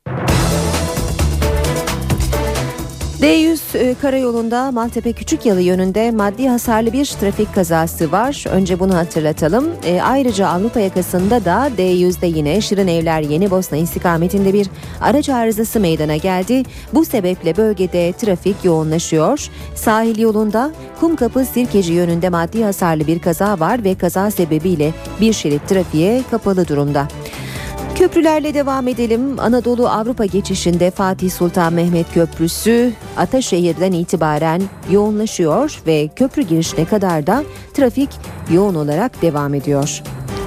B: D yüz karayolunda Maltepe Küçükyalı yönünde maddi hasarlı bir trafik kazası var. Önce bunu hatırlatalım. E, ayrıca Avrupa yakasında da D yüzde yine Şirinevler Yenibosna istikametinde bir araç arızası meydana geldi. Bu sebeple bölgede trafik yoğunlaşıyor. Sahil yolunda Kumkapı Sirkeci yönünde maddi hasarlı bir kaza var ve kaza sebebiyle bir şerit trafiğe kapalı durumda. Köprülerle devam edelim. Anadolu Avrupa geçişinde Fatih Sultan Mehmet Köprüsü Ataşehir'den itibaren yoğunlaşıyor ve köprü girişine kadar da trafik yoğun olarak devam ediyor.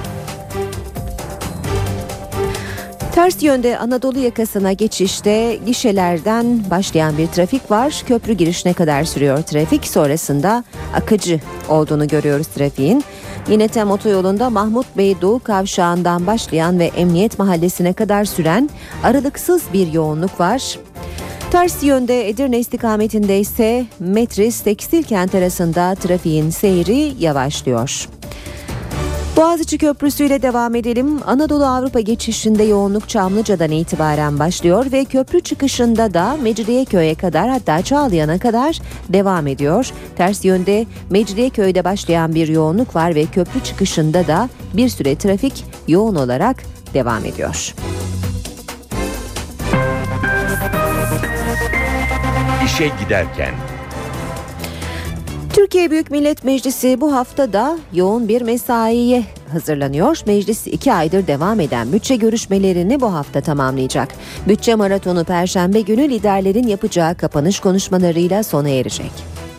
B: Ters yönde Anadolu yakasına geçişte gişelerden başlayan bir trafik var. Köprü girişine kadar sürüyor trafik. Sonrasında akıcı olduğunu görüyoruz trafiğin. Yine Tem otoyolunda Mahmut Bey Doğu Kavşağı'ndan başlayan ve Emniyet Mahallesi'ne kadar süren aralıksız bir yoğunluk var. Ters yönde Edirne istikametinde ise Metris Tekstil Kent arasında trafiğin seyri yavaşlıyor. Boğaziçi Köprüsü ile devam edelim. Anadolu Avrupa geçişinde yoğunluk Çamlıca'dan itibaren başlıyor ve köprü çıkışında da Mecidiyeköy'e kadar, hatta Çağlayan'a kadar devam ediyor. Ters yönde Mecidiyeköy'de başlayan bir yoğunluk var ve köprü çıkışında da bir süre trafik yoğun olarak devam ediyor.
C: İşe giderken.
B: Türkiye Büyük Millet Meclisi bu hafta da yoğun bir mesaiye hazırlanıyor. Meclis iki aydır devam eden bütçe görüşmelerini bu hafta tamamlayacak. Bütçe maratonu Perşembe günü liderlerin yapacağı kapanış konuşmalarıyla sona erecek.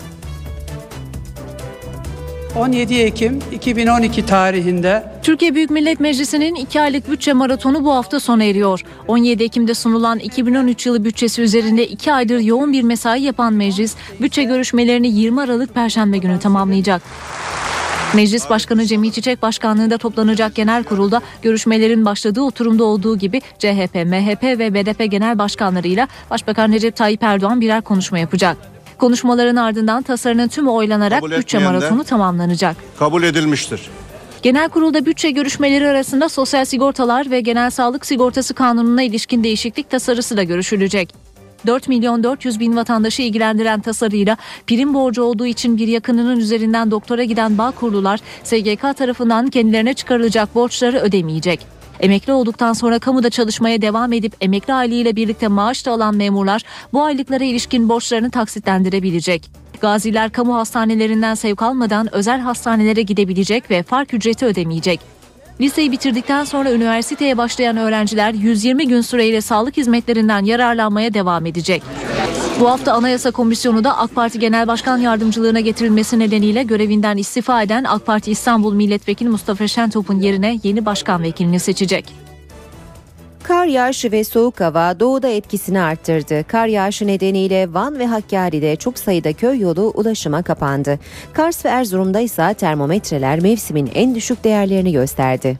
K: on yedi Ekim iki bin on iki tarihinde
D: Türkiye Büyük Millet Meclisi'nin iki aylık bütçe maratonu bu hafta sona eriyor. on yedi Ekim'de sunulan iki bin on üç yılı bütçesi üzerinde iki aydır yoğun bir mesai yapan meclis, bütçe görüşmelerini yirmi Aralık Perşembe günü tamamlayacak. Meclis Başkanı Cemil Çiçek başkanlığında toplanacak genel kurulda görüşmelerin başladığı oturumda olduğu gibi C H P, M H P ve B D P genel başkanlarıyla Başbakan Recep Tayyip Erdoğan birer konuşma yapacak. Konuşmaların ardından tasarının tümü oylanarak bütçe maratonu tamamlanacak.
L: Kabul edilmiştir.
D: Genel kurulda bütçe görüşmeleri arasında sosyal sigortalar ve genel sağlık sigortası kanununa ilişkin değişiklik tasarısı da görüşülecek. dört milyon dört yüz bin vatandaşı ilgilendiren tasarıyla prim borcu olduğu için bir yakınının üzerinden doktora giden Bağkurlular S G K tarafından kendilerine çıkarılacak borçları ödemeyecek. Emekli olduktan sonra kamuda çalışmaya devam edip emekli aylığıyla birlikte maaş da alan memurlar bu aylıklara ilişkin borçlarını taksitlendirebilecek. Gaziler kamu hastanelerinden sevk almadan özel hastanelere gidebilecek ve fark ücreti ödemeyecek. Liseyi bitirdikten sonra üniversiteye başlayan öğrenciler yüz yirmi gün süreyle sağlık hizmetlerinden yararlanmaya devam edecek. Bu hafta Anayasa Komisyonu da AK Parti Genel Başkan Yardımcılığına getirilmesi nedeniyle görevinden istifa eden AK Parti İstanbul Milletvekili Mustafa Şentop'un yerine yeni başkan vekilini seçecek.
B: Kar yağışı ve soğuk hava doğuda etkisini arttırdı. Kar yağışı nedeniyle Van ve Hakkari'de çok sayıda köy yolu ulaşıma kapandı. Kars ve Erzurum'da ise termometreler mevsimin en düşük değerlerini gösterdi.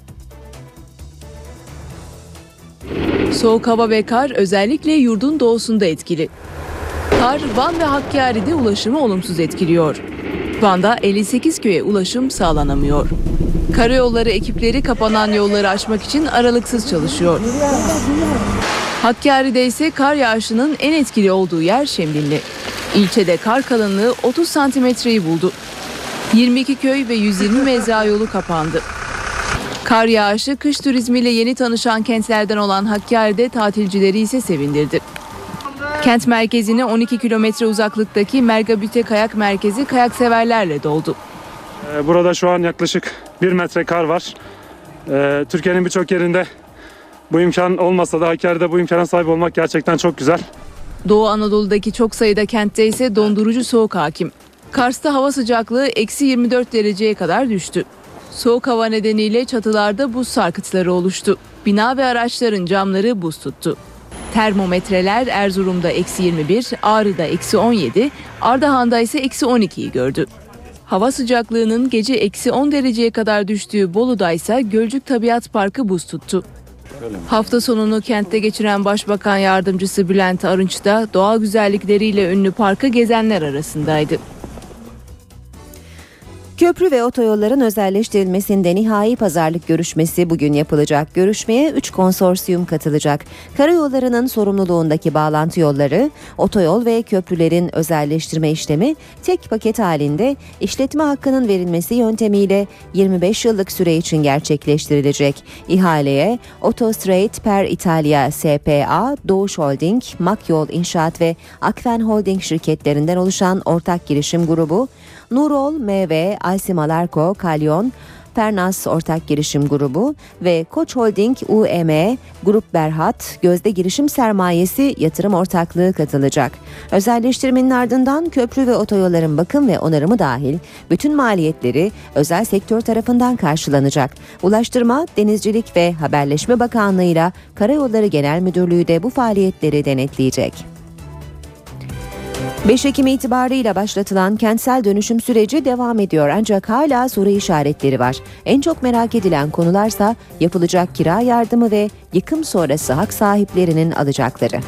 I: Soğuk hava ve kar özellikle yurdun doğusunda etkili. Kar Van ve Hakkari'de ulaşımı olumsuz etkiliyor. Van'da elli sekiz köye ulaşım sağlanamıyor. Karayolları ekipleri kapanan yolları açmak için aralıksız çalışıyor. Hakkari'de ise kar yağışının en etkili olduğu yer Şemdinli. İlçede kar kalınlığı otuz santimetreyi buldu. yirmi iki köy ve yüz yirmi mezra yolu kapandı. Kar yağışı kış turizmiyle yeni tanışan kentlerden olan Hakkari'de tatilcileri ise sevindirdi. Kent merkezine on iki kilometre uzaklıktaki Mergabüte Kayak Merkezi kayak severlerle doldu.
M: Burada şu an yaklaşık bir metre kar var. Türkiye'nin birçok yerinde bu imkan olmasa da Hakkari'de bu imkana sahip olmak gerçekten çok güzel.
I: Doğu Anadolu'daki çok sayıda kentte ise dondurucu soğuk hakim. Kars'ta hava sıcaklığı eksi yirmi dört dereceye kadar düştü. Soğuk hava nedeniyle çatılarda buz sarkıtları oluştu. Bina ve araçların camları buz tuttu. Termometreler Erzurum'da eksi yirmi bir, Ağrı'da eksi on yedi, Ardahan'da ise eksi on ikiyi gördü. Hava sıcaklığının gece eksi on dereceye kadar düştüğü Bolu'da ise Gölcük Tabiat Parkı buz tuttu. Hafta sonunu kentte geçiren Başbakan Yardımcısı Bülent Arınç da doğal güzellikleriyle ünlü parkı gezenler arasındaydı.
B: Köprü ve otoyolların özelleştirilmesinde nihai pazarlık görüşmesi bugün yapılacak. Görüşmeye üç konsorsiyum katılacak. Karayollarının sorumluluğundaki bağlantı yolları, otoyol ve köprülerin özelleştirme işlemi tek paket halinde işletme hakkının verilmesi yöntemiyle yirmi beş yıllık süre için gerçekleştirilecek. İhaleye Autostrade per Italia S P A, Doğuş Holding, Makyol İnşaat ve Akfen Holding şirketlerinden oluşan ortak girişim grubu, Nurol, M V, Alsimalarko, Kalyon, Pernas Ortak Girişim Grubu ve Koç Holding U E M, Grup Berhat, Gözde Girişim Sermayesi Yatırım Ortaklığı katılacak. Özelleştirmenin ardından köprü ve otoyolların bakım ve onarımı dahil bütün maliyetleri özel sektör tarafından karşılanacak. Ulaştırma, Denizcilik ve Haberleşme Bakanlığı'yla Karayolları Genel Müdürlüğü de bu faaliyetleri denetleyecek. beş Ekim itibarıyla başlatılan kentsel dönüşüm süreci devam ediyor ancak hala soru işaretleri var. En çok merak edilen konularsa yapılacak kira yardımı ve yıkım sonrası hak sahiplerinin alacakları.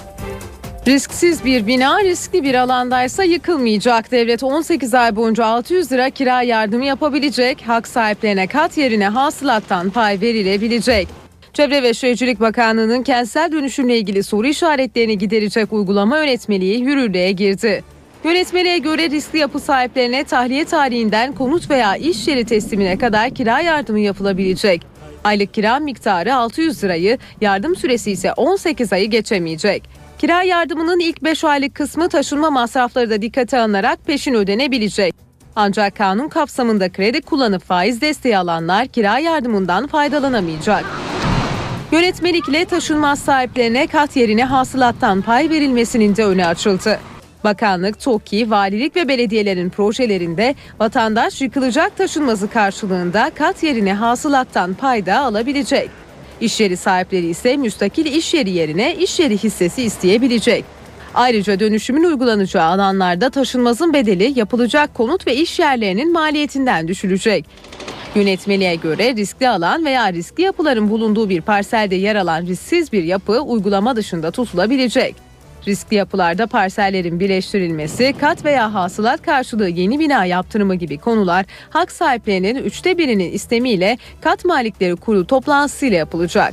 N: Risksiz bir bina riskli bir alandaysa yıkılmayacak. Devlet on sekiz ay boyunca altı yüz lira kira yardımı yapabilecek. Hak sahiplerine kat yerine hasılattan pay verilebilecek. Çevre ve Şehircilik Bakanlığı'nın kentsel dönüşümle ilgili soru işaretlerini giderecek uygulama yönetmeliği yürürlüğe girdi. Yönetmeliğe göre riskli yapı sahiplerine tahliye tarihinden konut veya iş yeri teslimine kadar kira yardımı yapılabilecek. Aylık kira miktarı altı yüz lirayı, yardım süresi ise on sekiz ayı geçemeyecek. Kira yardımının ilk beş aylık kısmı taşınma masrafları da dikkate alınarak peşin ödenebilecek. Ancak kanun kapsamında kredi kullanıp faiz desteği alanlar kira yardımından faydalanamayacak. Yönetmelikle taşınmaz sahiplerine kat yerine hasılattan pay verilmesinin de önü açıldı. Bakanlık, TOKİ, valilik ve belediyelerin projelerinde vatandaş yıkılacak taşınmazı karşılığında kat yerine hasılattan pay da alabilecek. İş yeri sahipleri ise müstakil iş yeri yerine iş yeri hissesi isteyebilecek. Ayrıca dönüşümün uygulanacağı alanlarda taşınmazın bedeli yapılacak konut ve iş yerlerinin maliyetinden düşülecek. Yönetmeliğe göre riskli alan veya riskli yapıların bulunduğu bir parselde yer alan risksiz bir yapı uygulama dışında tutulabilecek. Riskli yapılarda parsellerin birleştirilmesi, kat veya hasılat karşılığı yeni bina yaptırımı gibi konular hak sahiplerinin üçte birinin istemiyle kat malikleri kurulu toplantısıyla yapılacak.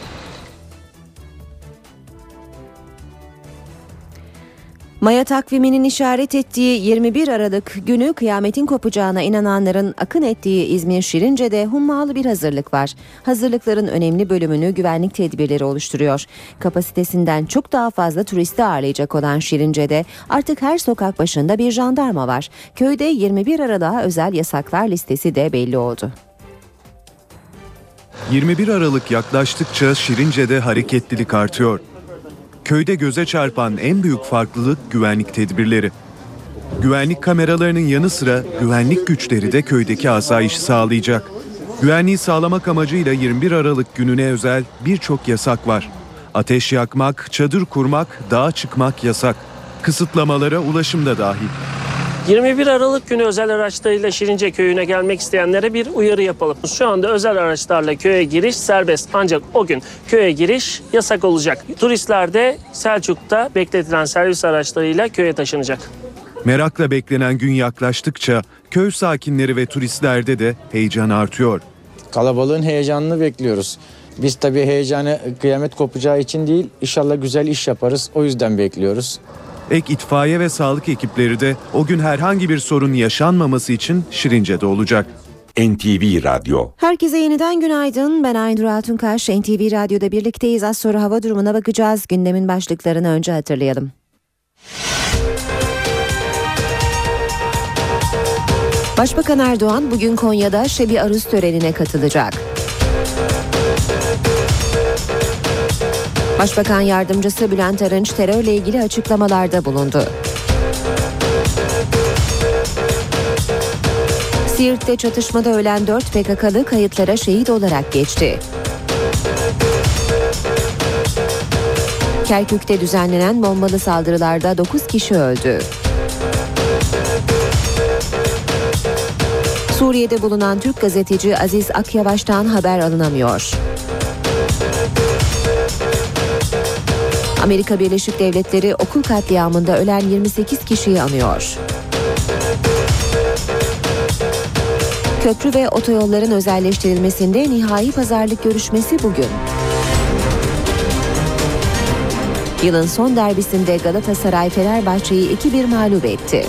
B: Maya takviminin işaret ettiği yirmi bir Aralık günü kıyametin kopacağına inananların akın ettiği İzmir Şirince'de hummalı bir hazırlık var. Hazırlıkların önemli bölümünü güvenlik tedbirleri oluşturuyor. Kapasitesinden çok daha fazla turisti ağırlayacak olan Şirince'de artık her sokak başında bir jandarma var. Köyde yirmi bir Aralık'a özel yasaklar listesi de belli oldu.
F: yirmi bir Aralık yaklaştıkça Şirince'de hareketlilik artıyor. Köyde göze çarpan en büyük farklılık güvenlik tedbirleri. Güvenlik kameralarının yanı sıra güvenlik güçleri de köydeki asayişi sağlayacak. Güvenliği sağlamak amacıyla yirmi bir Aralık gününe özel birçok yasak var. Ateş yakmak, çadır kurmak, dağa çıkmak yasak. Kısıtlamalara ulaşım da dahil.
L: yirmi bir Aralık günü özel araçlarıyla Şirince köyüne gelmek isteyenlere bir uyarı yapalım. Şu anda özel araçlarla köye giriş serbest, ancak o gün köye giriş yasak olacak. Turistler de Selçuk'ta bekletilen servis araçlarıyla köye taşınacak.
F: Merakla beklenen gün yaklaştıkça köy sakinleri ve turistlerde de heyecan artıyor.
O: Kalabalığın heyecanını bekliyoruz. Biz tabii heyecanı kıyamet kopacağı için değil, inşallah güzel iş yaparız, o yüzden bekliyoruz.
F: Ek itfaiye ve sağlık ekipleri de o gün herhangi bir sorun yaşanmaması için Şirince'de olacak.
C: N T V Radyo.
B: Herkese yeniden günaydın. Ben Aynur Altunkaş. N T V Radyo'da birlikteyiz. Az sonra hava durumuna bakacağız. Gündemin başlıklarını önce hatırlayalım. Başbakan Erdoğan bugün Konya'da Şebi Aruz törenine katılacak. Başbakan Yardımcısı Bülent Arınç terörle ilgili açıklamalarda bulundu. Siirt'te çatışmada ölen dört P K K'lı kayıtlara şehit olarak geçti. Kerkük'te düzenlenen bombalı saldırılarda dokuz kişi öldü. Suriye'de bulunan Türk gazeteci Aziz Akyavaş'tan haber alınamıyor. Amerika Birleşik Devletleri okul katliamında ölen yirmi sekiz kişiyi anıyor. Köprü ve otoyolların özelleştirilmesinde nihai pazarlık görüşmesi bugün. Yılın son derbisinde Galatasaray Fenerbahçe'yi iki bir mağlup etti.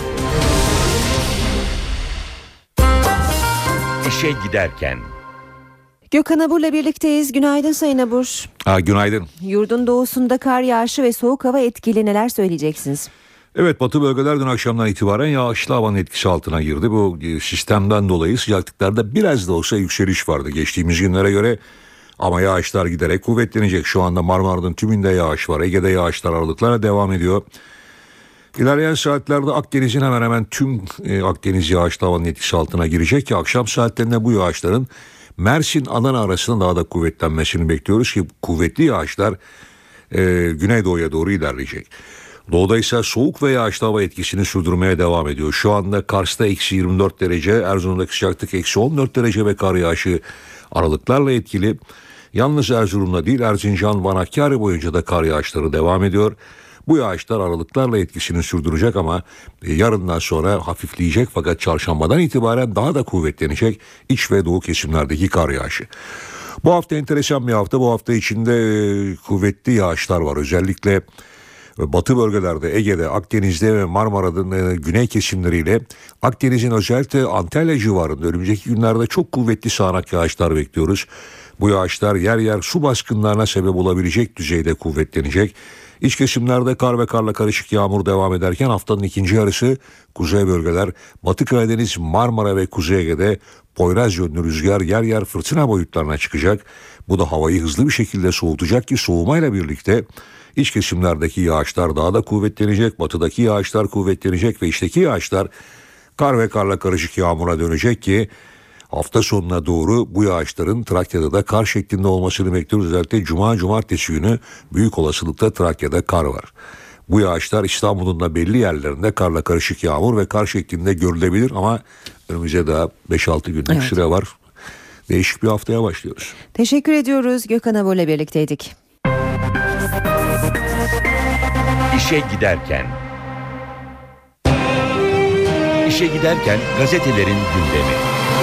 C: İşe giderken.
B: Gökhan Abur'la birlikteyiz. Günaydın Sayın Abur.
P: Ha, günaydın.
B: Yurdun doğusunda kar yağışı ve soğuk hava etkili, neler söyleyeceksiniz?
P: Evet, batı bölgeler dün akşamdan itibaren yağışlı havanın etkisi altına girdi. Bu sistemden dolayı sıcaklıklarda biraz da olsa yükseliş vardı geçtiğimiz günlere göre. Ama yağışlar giderek kuvvetlenecek. Şu anda Marmara'nın tümünde yağış var. Ege'de yağışlar aralıklarla devam ediyor. İlerleyen saatlerde Akdeniz'in hemen hemen tüm e, Akdeniz yağışlı havanın etkisi altına girecek ki akşam saatlerinde bu yağışların Mersin Adana arasında daha da kuvvetlenmesini bekliyoruz ki kuvvetli yağışlar e, Güneydoğu'ya doğru ilerleyecek. Doğuda ise soğuk ve yağışlı hava etkisini sürdürmeye devam ediyor. Şu anda Kars'ta eksi yirmi dört derece, Erzurum'daki sıcaklık eksi on dört derece ve kar yağışı aralıklarla etkili. Yalnız Erzurum'da değil, Erzincan, Van, Hakkari boyunca da kar yağışları devam ediyor. Bu yağışlar aralıklarla etkisini sürdürecek ama yarından sonra hafifleyecek, fakat çarşambadan itibaren daha da kuvvetlenecek iç ve doğu kesimlerdeki kar yağışı. Bu hafta enteresan bir hafta. Bu hafta içinde kuvvetli yağışlar var. Özellikle batı bölgelerde, Ege'de, Akdeniz'de ve Marmara'nın güney kesimleriyle Akdeniz'in özellikle Antalya civarında önümüzdeki günlerde çok kuvvetli sağanak yağışlar bekliyoruz. Bu yağışlar yer yer su baskınlarına sebep olabilecek düzeyde kuvvetlenecek. İç kesimlerde kar ve karla karışık yağmur devam ederken haftanın ikinci yarısı kuzey bölgeler, Batı Karadeniz, Marmara ve Kuzey Ege'de Poyraz yönlü rüzgar yer yer fırtına boyutlarına çıkacak. Bu da havayı hızlı bir şekilde soğutacak ki soğumayla birlikte iç kesimlerdeki yağışlar daha da kuvvetlenecek, batıdaki yağışlar kuvvetlenecek ve içteki yağışlar kar ve karla karışık yağmura dönecek ki hafta sonuna doğru bu yağışların Trakya'da da kar şeklinde olmasını bekliyoruz. Özellikle Cuma, Cumartesi günü büyük olasılıkla Trakya'da kar var. Bu yağışlar İstanbul'un da belli yerlerinde karla karışık yağmur ve kar şeklinde görülebilir ama önümüzde daha beş altı günlük
B: Evet.
P: süre var. Değişik bir haftaya başlıyoruz.
B: Teşekkür ediyoruz. Gökhan Abur'la birlikteydik.
C: İşe giderken. İşe giderken gazetelerin gündemi.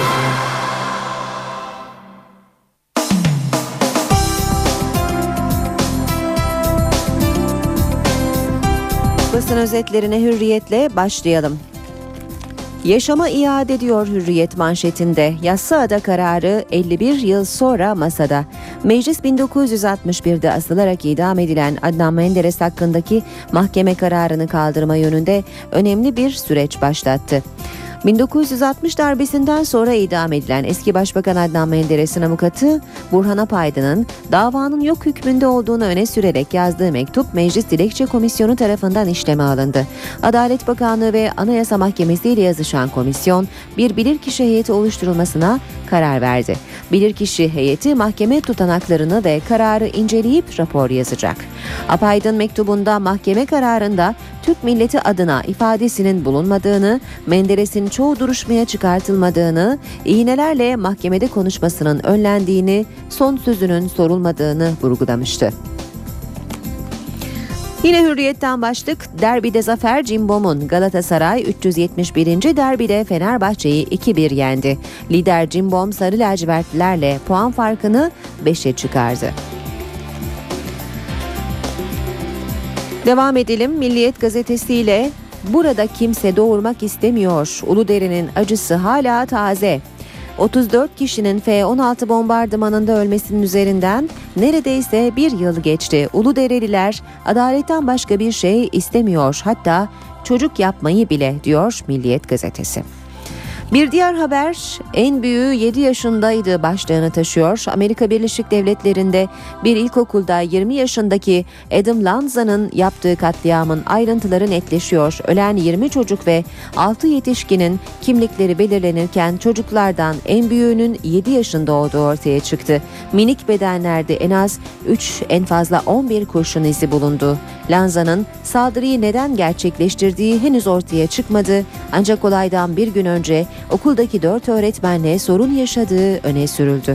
B: Basın özetlerine Hürriyet'le başlayalım. Yaşama iade ediyor Hürriyet manşetinde. Yassıada kararı elli bir yıl sonra masada. Meclis bin dokuz yüz altmış birde asılarak idam edilen Adnan Menderes hakkındaki mahkeme kararını kaldırma yönünde önemli bir süreç başlattı. bin dokuz yüz altmış darbesinden sonra idam edilen eski Başbakan Adnan Menderes'in avukatı Burhan Apaydın'ın davanın yok hükmünde olduğunu öne sürerek yazdığı mektup Meclis Dilekçe Komisyonu tarafından işleme alındı. Adalet Bakanlığı ve Anayasa Mahkemesi ile yazışan komisyon bir bilirkişi heyeti oluşturulmasına karar verdi. Bilirkişi heyeti mahkeme tutanaklarını ve kararı inceleyip rapor yazacak. Apaydın mektubunda mahkeme kararında Türk milleti adına ifadesinin bulunmadığını, Menderes'in çoğu duruşmaya çıkartılmadığını, iğnelerle mahkemede konuşmasının önlendiğini, son sözünün sorulmadığını vurgulamıştı. Yine Hürriyet'ten başlık, derbide zafer Cimbom'un. Galatasaray üç yüz yetmiş birinci derbide Fenerbahçe'yi iki bir yendi. Lider Cimbom sarı lacivertlilerle puan farkını beşe çıkardı. Devam edelim Milliyet gazetesiyle. Burada kimse doğurmak istemiyor. Uludere'nin acısı hala taze. otuz dört kişinin F on altı bombardımanında ölmesinin üzerinden neredeyse bir yıl geçti. Uludereliler adaletten başka bir şey istemiyor. Hatta çocuk yapmayı bile, diyor Milliyet gazetesi. Bir diğer haber, en büyüğü yedi yaşındaydı başlığını taşıyor. Amerika Birleşik Devletleri'nde bir ilkokulda yirmi yaşındaki Adam Lanza'nın yaptığı katliamın ayrıntıları netleşiyor. Ölen yirmi çocuk ve altı yetişkinin kimlikleri belirlenirken çocuklardan en büyüğünün yedi yaşında olduğu ortaya çıktı. Minik bedenlerde en az üç, en fazla on bir kurşun izi bulundu. Lanza'nın saldırıyı neden gerçekleştirdiği henüz ortaya çıkmadı. Ancak olaydan bir gün önce okuldaki dört öğretmenle sorun yaşadığı öne sürüldü.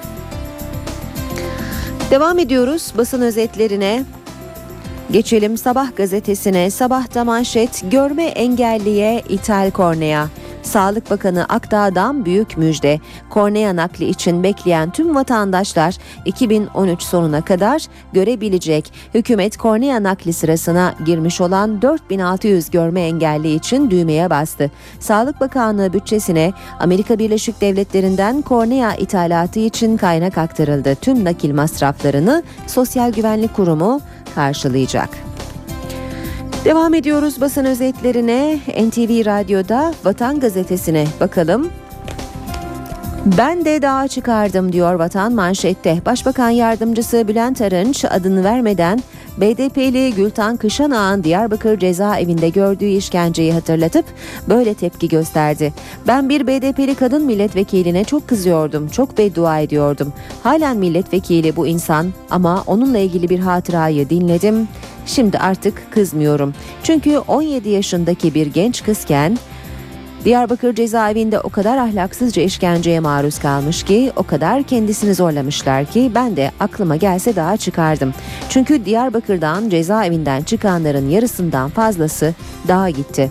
B: Devam ediyoruz basın özetlerine. Geçelim Sabah gazetesine. Sabah'ta manşet, görme engelliye ithal kornea. Sağlık Bakanı Akdağ'dan büyük müjde. Kornea nakli için bekleyen tüm vatandaşlar iki bin on üç sonuna kadar görebilecek. Hükümet kornea nakli sırasına girmiş olan dört bin altı yüz görme engelli için düğmeye bastı. Sağlık Bakanlığı bütçesine Amerika Birleşik Devletleri'nden kornea ithalatı için kaynak aktarıldı. Tüm nakil masraflarını Sosyal Güvenlik Kurumu karşılayacak. Devam ediyoruz basın özetlerine. N T V Radyo'da Vatan Gazetesi'ne bakalım. Ben de dağa çıkardım, diyor Vatan manşette. Başbakan Yardımcısı Bülent Arınç adını vermeden B D P'li Gültan Kışanağ'ın Diyarbakır cezaevinde gördüğü işkenceyi hatırlatıp böyle tepki gösterdi. Ben bir B D P'li kadın milletvekiline çok kızıyordum, çok beddua ediyordum. Halen milletvekili bu insan ama onunla ilgili bir hatırayı dinledim. Şimdi artık kızmıyorum. Çünkü on yedi yaşındaki bir genç kızken Diyarbakır cezaevinde o kadar ahlaksızca işkenceye maruz kalmış ki, o kadar kendisini zorlamışlar ki ben de aklıma gelse dağa çıkardım. Çünkü Diyarbakır'dan cezaevinden çıkanların yarısından fazlası dağa gitti.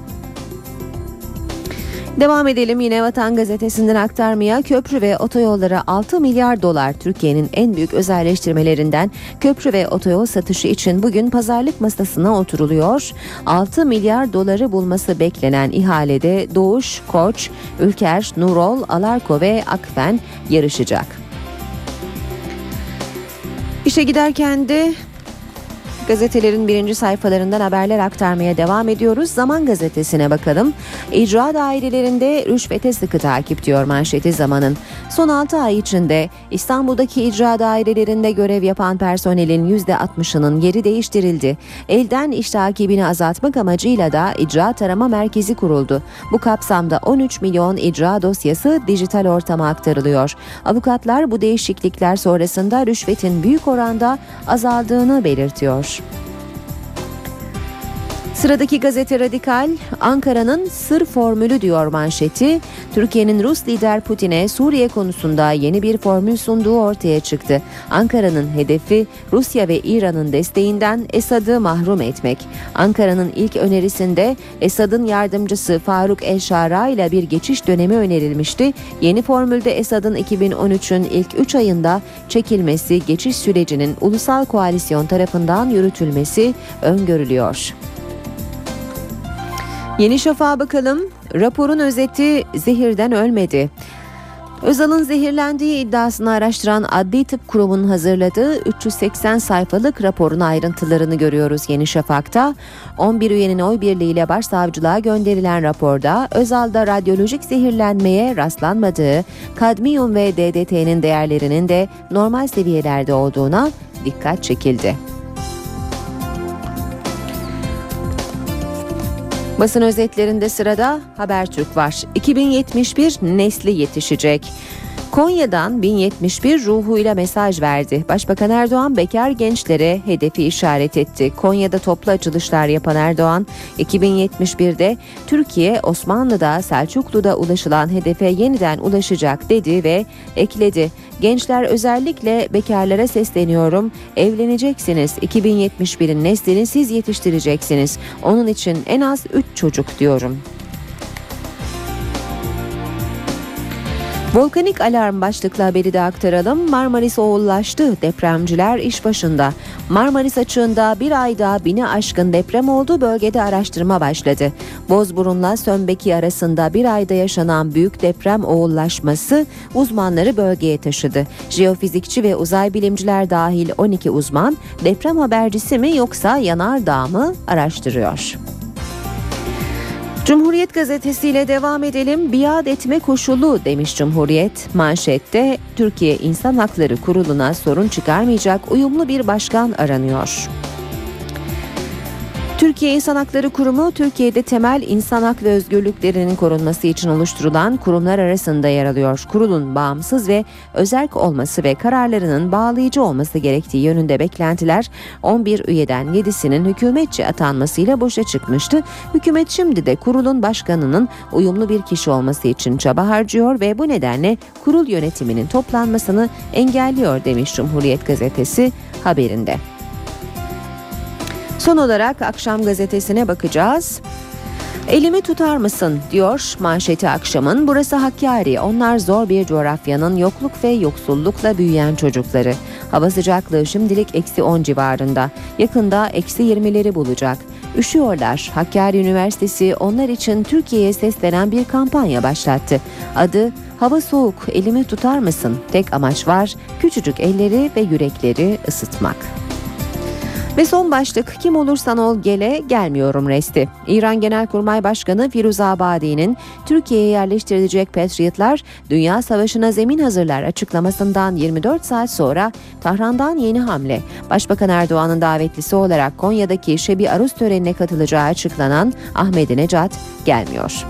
B: Devam edelim yine Vatan Gazetesi'nden aktarmaya. Köprü ve otoyollara altı milyar dolar, Türkiye'nin en büyük özelleştirmelerinden köprü ve otoyol satışı için bugün pazarlık masasına oturuluyor. altı milyar doları bulması beklenen ihalede Doğuş, Koç, Ülker, Nurol, Alarko ve Akfen yarışacak. İşe giderken de gazetelerin birinci sayfalarından haberler aktarmaya devam ediyoruz. Zaman Gazetesi'ne bakalım. İcra dairelerinde rüşvete sıkı takip, diyor manşeti Zaman'ın. Son altı ay içinde İstanbul'daki icra dairelerinde görev yapan personelin yüzde altmışının yeri değiştirildi. Elden iş takibini azaltmak amacıyla da icra tarama merkezi kuruldu. Bu kapsamda on üç milyon icra dosyası dijital ortama aktarılıyor. Avukatlar bu değişiklikler sonrasında rüşvetin büyük oranda azaldığını belirtiyor. Sıradaki gazete Radikal, Ankara'nın sır formülü diyor manşeti. Türkiye'nin Rus lider Putin'e Suriye konusunda yeni bir formül sunduğu ortaya çıktı. Ankara'nın hedefi Rusya ve İran'ın desteğinden Esad'ı mahrum etmek. Ankara'nın ilk önerisinde Esad'ın yardımcısı Faruk El-Şara ile bir geçiş dönemi önerilmişti. Yeni formülde Esad'ın iki bin on üçün ilk üç ayında çekilmesi, geçiş sürecinin ulusal koalisyon tarafından yürütülmesi öngörülüyor. Yeni Şafak'a bakalım. Raporun özeti zehirden ölmedi. Özal'ın zehirlendiği iddiasını araştıran Adli Tıp Kurumu'nun hazırladığı üç yüz seksen sayfalık raporun ayrıntılarını görüyoruz Yeni Şafak'ta. on bir üyenin oy birliğiyle başsavcılığa gönderilen raporda Özal'da radyolojik zehirlenmeye rastlanmadığı, kadmiyum ve D D T'nin değerlerinin de normal seviyelerde olduğuna dikkat çekildi. Basın özetlerinde sırada Habertürk var. iki bin yetmiş bir nesli yetişecek. Konya'dan bin yetmiş bir ruhuyla mesaj verdi. Başbakan Erdoğan bekar gençlere hedefi işaret etti. Konya'da toplu açılışlar yapan Erdoğan, iki bin yetmiş birde Türkiye Osmanlı'da, Selçuklu'da ulaşılan hedefe yeniden ulaşacak dedi ve ekledi. Gençler, özellikle bekarlara sesleniyorum. Evleneceksiniz. iki bin yetmiş birin neslini siz yetiştireceksiniz. Onun için en az üç çocuk diyorum. Volkanik alarm başlıklı haberi de aktaralım. Marmaris oğullaştı. Depremciler iş başında. Marmaris açığında bir ayda bini aşkın deprem oldu. Bölgede araştırma başladı. Bozburun'la Sönbeki arasında bir ayda yaşanan büyük deprem oğullaşması uzmanları bölgeye taşıdı. Jeofizikçi ve uzay bilimciler dahil on iki uzman deprem habercisi mi yoksa yanardağ mı araştırıyor. Cumhuriyet gazetesiyle devam edelim. Biat etme koşulu demiş Cumhuriyet. Manşette Türkiye İnsan Hakları Kurulu'na sorun çıkarmayacak uyumlu bir başkan aranıyor. Türkiye İnsan Hakları Kurumu, Türkiye'de temel insan hak ve özgürlüklerinin korunması için oluşturulan kurumlar arasında yer alıyor. Kurulun bağımsız ve özerk olması ve kararlarının bağlayıcı olması gerektiği yönünde beklentiler on bir üyeden yedisinin hükümetçi atanmasıyla boşa çıkmıştı. Hükümet şimdi de kurulun başkanının uyumlu bir kişi olması için çaba harcıyor ve bu nedenle kurul yönetiminin toplanmasını engelliyor demiş Cumhuriyet gazetesi haberinde. Son olarak Akşam gazetesine bakacağız. Elimi tutar mısın diyor manşeti Akşam'ın. Burası Hakkari. Onlar zor bir coğrafyanın yokluk ve yoksullukla büyüyen çocukları. Hava sıcaklığı şimdilik eksi on civarında. Yakında eksi yirmileri bulacak. Üşüyorlar. Hakkari Üniversitesi onlar için Türkiye'ye seslenen bir kampanya başlattı. Adı Hava soğuk, elimi tutar mısın? Tek amaç var, küçücük elleri ve yürekleri ısıtmak. Ve son başlık, kim olursan ol gele, gelmiyorum resti. İran Genelkurmay Başkanı Firuze Abadi'nin Türkiye'ye yerleştirilecek Patriotlar Dünya Savaşı'na zemin hazırlar açıklamasından yirmi dört saat sonra Tahran'dan yeni hamle. Başbakan Erdoğan'ın davetlisi olarak Konya'daki Şebi Aruz törenine katılacağı açıklanan Ahmedinecad gelmiyor.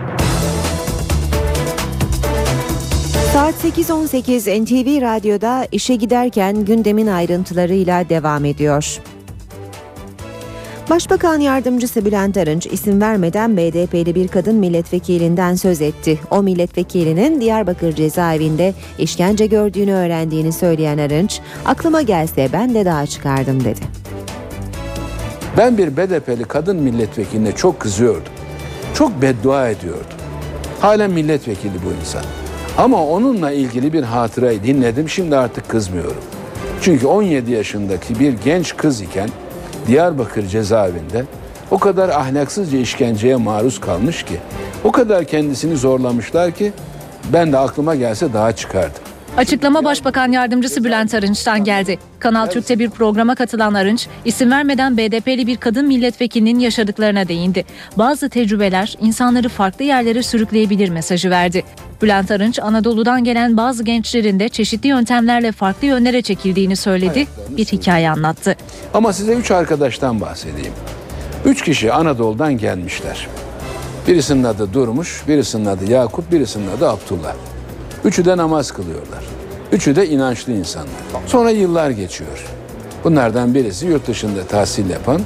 B: Saat sekiz on sekiz N T V Radyo'da işe giderken gündemin ayrıntılarıyla devam ediyor. Başbakan Yardımcısı Bülent Arınç isim vermeden B D P'li bir kadın milletvekilinden söz etti. O milletvekilinin Diyarbakır cezaevinde işkence gördüğünü öğrendiğini söyleyen Arınç, aklıma gelse ben de daha çıkardım dedi.
A: Ben bir B D P'li kadın milletvekiline çok kızıyordum. Çok beddua ediyordum. Halen milletvekili bu insan. Ama onunla ilgili bir hatırayı dinledim, şimdi artık kızmıyorum. Çünkü on yedi yaşındaki bir genç kız iken Diyarbakır cezaevinde o kadar ahlaksızca işkenceye maruz kalmış ki, o kadar kendisini zorlamışlar ki ben de aklıma gelse daha çıkardım.
D: Açıklama Başbakan Yardımcısı Bülent Arınç'tan geldi. Kanal Türk'te bir programa katılan Arınç, isim vermeden B D P'li bir kadın milletvekilinin yaşadıklarına değindi. Bazı tecrübeler insanları farklı yerlere sürükleyebilir mesajı verdi. Bülent Arınç, Anadolu'dan gelen bazı gençlerin de çeşitli yöntemlerle farklı yönlere çekildiğini söyledi, bir hikaye anlattı.
A: Ama size üç arkadaştan bahsedeyim. Üç kişi Anadolu'dan gelmişler. Birisinin adı Durmuş, birisinin adı Yakup, birisinin adı Abdullah. Üçü de namaz kılıyorlar. Üçü de inançlı insanlar. Sonra yıllar geçiyor. Bunlardan birisi yurt dışında tahsil yapan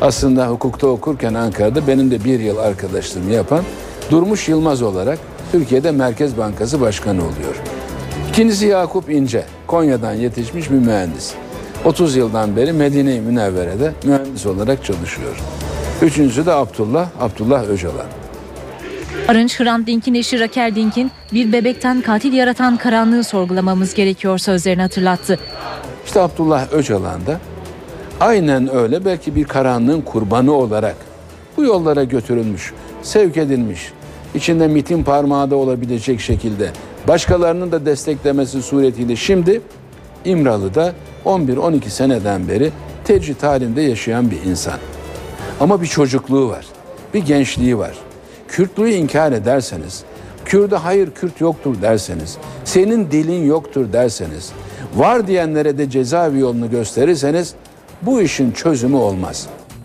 A: Aslında hukukta okurken Ankara'da benim de bir yıl arkadaşlığımı yapan Durmuş Yılmaz olarak Türkiye'de Merkez Bankası Başkanı oluyor. İkincisi Yakup İnce, Konya'dan yetişmiş bir mühendis. otuz yıldan beri Medine-i Münevvere'de mühendis olarak çalışıyor. Üçüncüsü de Abdullah, Abdullah Öcalan.
D: Arınç, Hrant Dink'in eşi Raquel Dink'in bir bebekten katil yaratan karanlığı sorgulamamız gerekiyor sözlerini hatırlattı.
A: İşte Abdullah Öcalan da aynen öyle, belki bir karanlığın kurbanı olarak bu yollara götürülmüş, sevk edilmiş. İçinde MİT'in parmağı da olabilecek şekilde başkalarının da desteklemesi suretiyle şimdi İmralı'da on bir on iki seneden beri tecrit halinde yaşayan bir insan. Ama bir çocukluğu var, bir gençliği var. Kürtlüğü inkar ederseniz, Kürt'e hayır Kürt yoktur derseniz, senin dilin yoktur derseniz, var diyenlere de cezaevi yolunu gösterirseniz bu işin çözümü olmaz.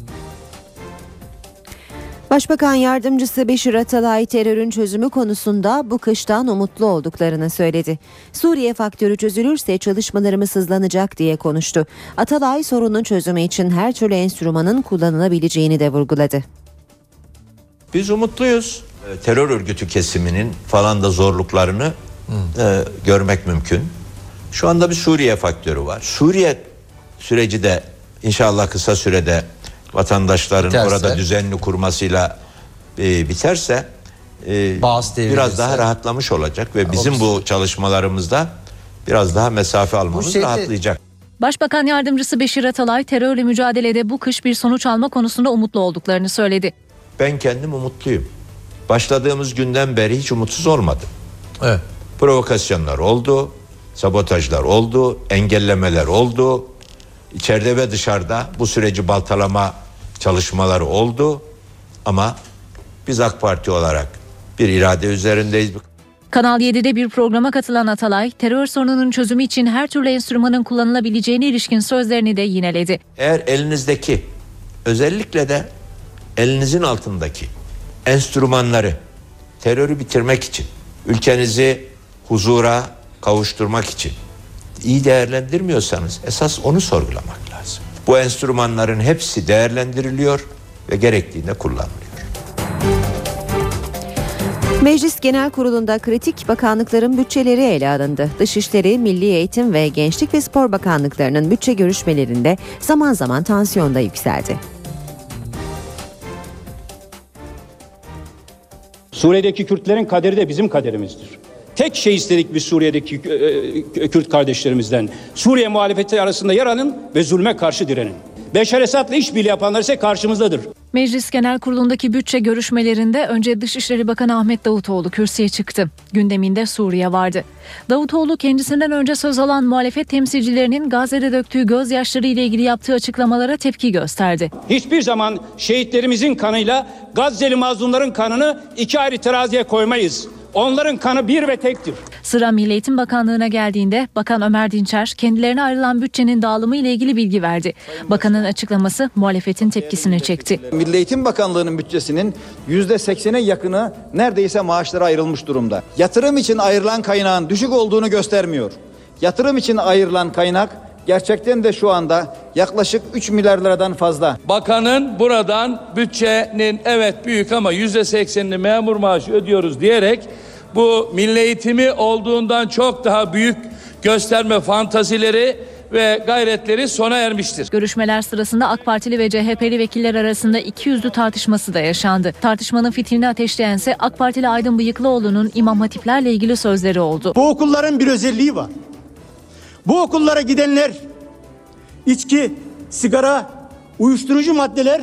B: Başbakan Yardımcısı Beşir Atalay terörün çözümü konusunda bu kıştan umutlu olduklarını söyledi. Suriye faktörü çözülürse çalışmalarımız hızlanacak diye konuştu. Atalay sorunun çözümü için her türlü enstrümanın kullanılabileceğini de vurguladı.
E: Biz umutluyuz. Terör örgütü kesiminin falan da zorluklarını e, görmek mümkün. Şu anda bir Suriye faktörü var. Suriye süreci de inşallah kısa sürede vatandaşların biterse, orada düzenli kurmasıyla e, biterse e, biraz daha rahatlamış olacak ve bizim bu çalışmalarımızda biraz daha mesafe almamız şeyde... rahatlayacak.
D: Başbakan Yardımcısı Beşir Atalay terörle mücadelede bu kış bir sonuç alma konusunda umutlu olduklarını söyledi.
E: Ben kendim umutluyum. Başladığımız günden beri hiç umutsuz olmadım.
Q: Evet.
E: Provokasyonlar oldu, sabotajlar oldu, engellemeler oldu. İçeride ve dışarıda bu süreci baltalama çalışmaları oldu. Ama biz AK Parti olarak bir irade üzerindeyiz.
D: Kanal yedide bir programa katılan Atalay, terör sorununun çözümü için her türlü enstrümanın kullanılabileceğine ilişkin sözlerini de yineledi.
E: Eğer elinizdeki, özellikle de elinizin altındaki enstrümanları terörü bitirmek için, ülkenizi huzura kavuşturmak için iyi değerlendirmiyorsanız esas onu sorgulamak lazım. Bu enstrümanların hepsi değerlendiriliyor ve gerektiğinde kullanılıyor.
B: Meclis Genel Kurulu'nda kritik bakanlıkların bütçeleri ele alındı. Dışişleri, Milli Eğitim ve Gençlik ve Spor Bakanlıklarının bütçe görüşmelerinde zaman zaman tansiyon da yükseldi.
R: Suriye'deki Kürtlerin kaderi de bizim kaderimizdir. Tek şey istedik biz Suriye'deki e, Kürt kardeşlerimizden. Suriye muhalefeti arasında yer alın ve zulme karşı direnin. Beşar Esad'la işbirliği yapanlar ise karşımızdadır.
D: Meclis Genel Kurulu'ndaki bütçe görüşmelerinde önce Dışişleri Bakanı Ahmet Davutoğlu kürsüye çıktı. Gündeminde Suriye vardı. Davutoğlu kendisinden önce söz alan muhalefet temsilcilerinin Gazze'de döktüğü gözyaşları ile ilgili yaptığı açıklamalara tepki gösterdi.
R: Hiçbir zaman şehitlerimizin kanıyla Gazze'li mazlumların kanını iki ayrı teraziye koymayız. Onların kanı bir ve tektir.
D: Sıra Milli Eğitim Bakanlığı'na geldiğinde Bakan Ömer Dinçer kendilerine ayrılan bütçenin dağılımı ile ilgili bilgi verdi. Bakanın açıklaması muhalefetin tepkisini çekti.
S: Milli Eğitim Bakanlığı'nın bütçesinin yüzde seksene yakını neredeyse maaşlara ayrılmış durumda. Yatırım için ayrılan kaynağın düşük olduğunu göstermiyor. Yatırım için ayrılan kaynak gerçekten de şu anda yaklaşık üç milyar liradan fazla.
H: Bakanın buradan bütçenin evet büyük ama yüzde seksenini memur maaşı ödüyoruz diyerek bu milli eğitimi olduğundan çok daha büyük gösterme fantazileri ve gayretleri sona ermiştir.
D: Görüşmeler sırasında AK Partili ve C H P'li vekiller arasında ikiyüzlü tartışması da yaşandı. Tartışmanın fitilini ateşleyense AK Partili Aydın Bıyıklıoğlu'nun imam hatiplerle ilgili sözleri oldu.
T: Bu okulların bir özelliği var. Bu okullara gidenler içki, sigara, uyuşturucu maddeler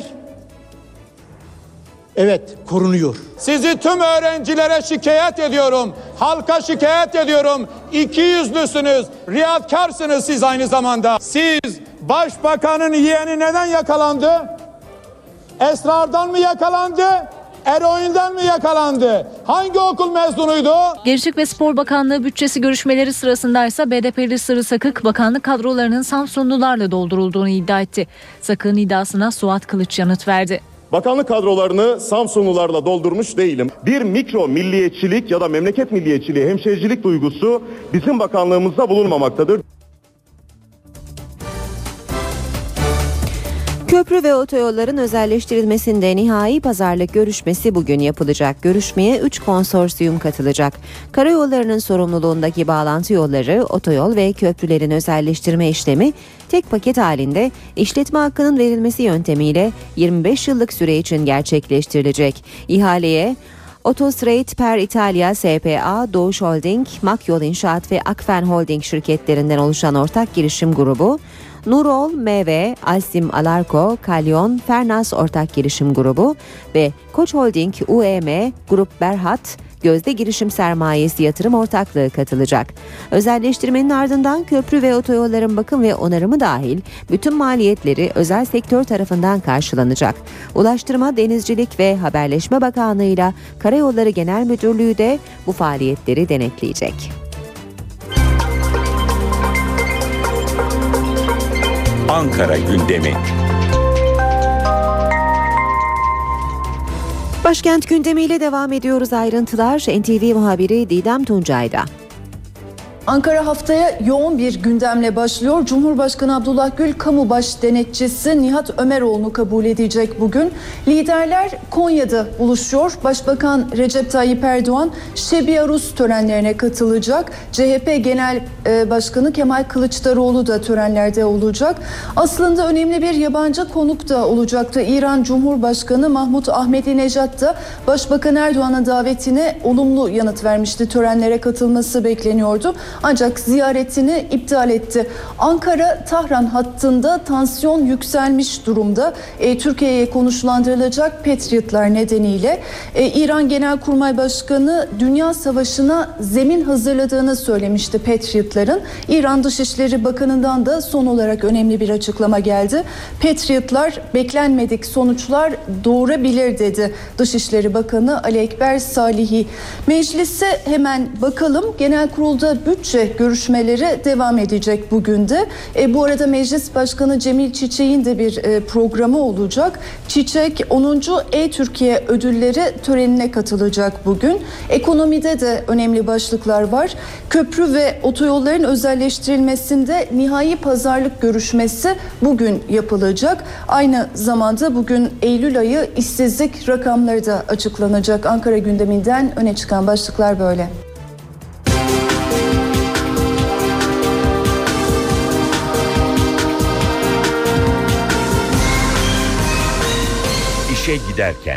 T: evet korunuyor.
U: Sizi tüm öğrencilere şikayet ediyorum. Halka şikayet ediyorum. İki yüzlüsünüz, riyakarsınız siz aynı zamanda. Siz başbakanın yeğeni neden yakalandı? Esrardan mı yakalandı? Eroinden mi yakalandı? Hangi okul mezunuydu?
D: Gençlik ve Spor Bakanlığı bütçesi görüşmeleri sırasındaysa B D P'li Sırrı Sakık bakanlık kadrolarının Samsunlularla doldurulduğunu iddia etti. Sakık'ın iddiasına Suat Kılıç yanıt verdi.
V: Bakanlık kadrolarını Samsunlularla doldurmuş değilim. Bir mikro milliyetçilik ya da memleket milliyetçiliği, hemşericilik duygusu bizim bakanlığımızda bulunmamaktadır.
B: Köprü ve otoyolların özelleştirilmesinde nihai pazarlık görüşmesi bugün yapılacak. Görüşmeye üç konsorsiyum katılacak. Karayollarının sorumluluğundaki bağlantı yolları, otoyol ve köprülerin özelleştirme işlemi tek paket halinde işletme hakkının verilmesi yöntemiyle yirmi beş yıllık süre için gerçekleştirilecek. İhaleye Autostrade per Italia S P A, Doğuş Holding, Makyol İnşaat ve Akfen Holding şirketlerinden oluşan ortak girişim grubu, Nurol, M V, Alsim Alarko, Kalyon, Fernas Ortak Girişim Grubu ve Koç Holding U E M, Grup Berhat, Gözde Girişim Sermayesi Yatırım Ortaklığı katılacak. Özelleştirmenin ardından köprü ve otoyolların bakım ve onarımı dahil bütün maliyetleri özel sektör tarafından karşılanacak. Ulaştırma, Denizcilik ve Haberleşme Bakanlığı'yla Karayolları Genel Müdürlüğü de bu faaliyetleri denetleyecek.
C: Ankara gündemi.
B: Başkent gündemiyle devam ediyoruz. Ayrıntılar N T V muhabiri Didem Tuncay'da.
G: Ankara haftaya yoğun bir gündemle başlıyor. Cumhurbaşkanı Abdullah Gül kamu baş denetçisi Nihat Ömeroğlu'nu kabul edecek bugün. Liderler Konya'da buluşuyor. Başbakan Recep Tayyip Erdoğan Şebi Aruz törenlerine katılacak. C H P Genel Başkanı Kemal Kılıçdaroğlu da törenlerde olacak. Aslında önemli bir yabancı konuk da olacaktı. İran Cumhurbaşkanı Mahmut Ahmadinejad da Başbakan Erdoğan'ın davetine olumlu yanıt vermişti. Törenlere katılması bekleniyordu. Ancak ziyaretini iptal etti. Ankara-Tahran hattında tansiyon yükselmiş durumda. E, Türkiye'ye konuşlandırılacak Patriotlar nedeniyle e, İran Genelkurmay Başkanı Dünya Savaşı'na zemin hazırladığını söylemişti Patriotların. İran Dışişleri Bakanı'ndan da son olarak önemli bir açıklama geldi. Patriotlar beklenmedik sonuçlar doğurabilir dedi Dışişleri Bakanı Ali Ekber Salihi. Meclise hemen bakalım. Genelkurulda bütçe görüşmeleri devam edecek bugün de. E, bu arada Meclis Başkanı Cemil Çiçek'in de bir e, programı olacak. Çiçek onuncu E-Türkiye ödülleri törenine katılacak bugün. Ekonomide de önemli başlıklar var. Köprü ve otoyolların özelleştirilmesinde nihai pazarlık görüşmesi bugün yapılacak. Aynı zamanda bugün Eylül ayı işsizlik rakamları da açıklanacak. Ankara gündeminden öne çıkan başlıklar böyle.
C: İşe giderken.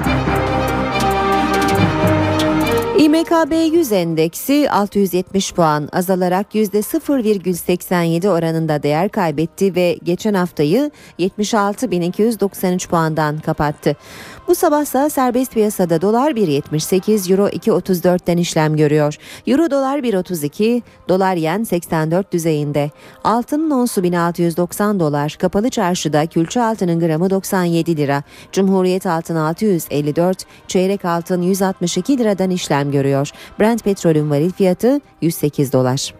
B: İ M K B yüz endeksi altı yüz yetmiş puan azalarak yüzde sıfır virgül seksen yedi oranında değer kaybetti ve geçen haftayı yetmiş altı bin iki yüz doksan üç puandan kapattı. Bu sabahsa serbest piyasada dolar bir yetmiş sekiz, euro iki otuz dörtten işlem görüyor. Euro dolar bir otuz iki, dolar yen seksen dört düzeyinde. Altının onsu bin altı yüz doksan dolar. Kapalı çarşıda külçe altının gramı doksan yedi lira. Cumhuriyet altın altı yüz elli dört, çeyrek altın yüz altmış iki liradan işlem görüyor. Brent petrolün varil fiyatı yüz sekiz dolar.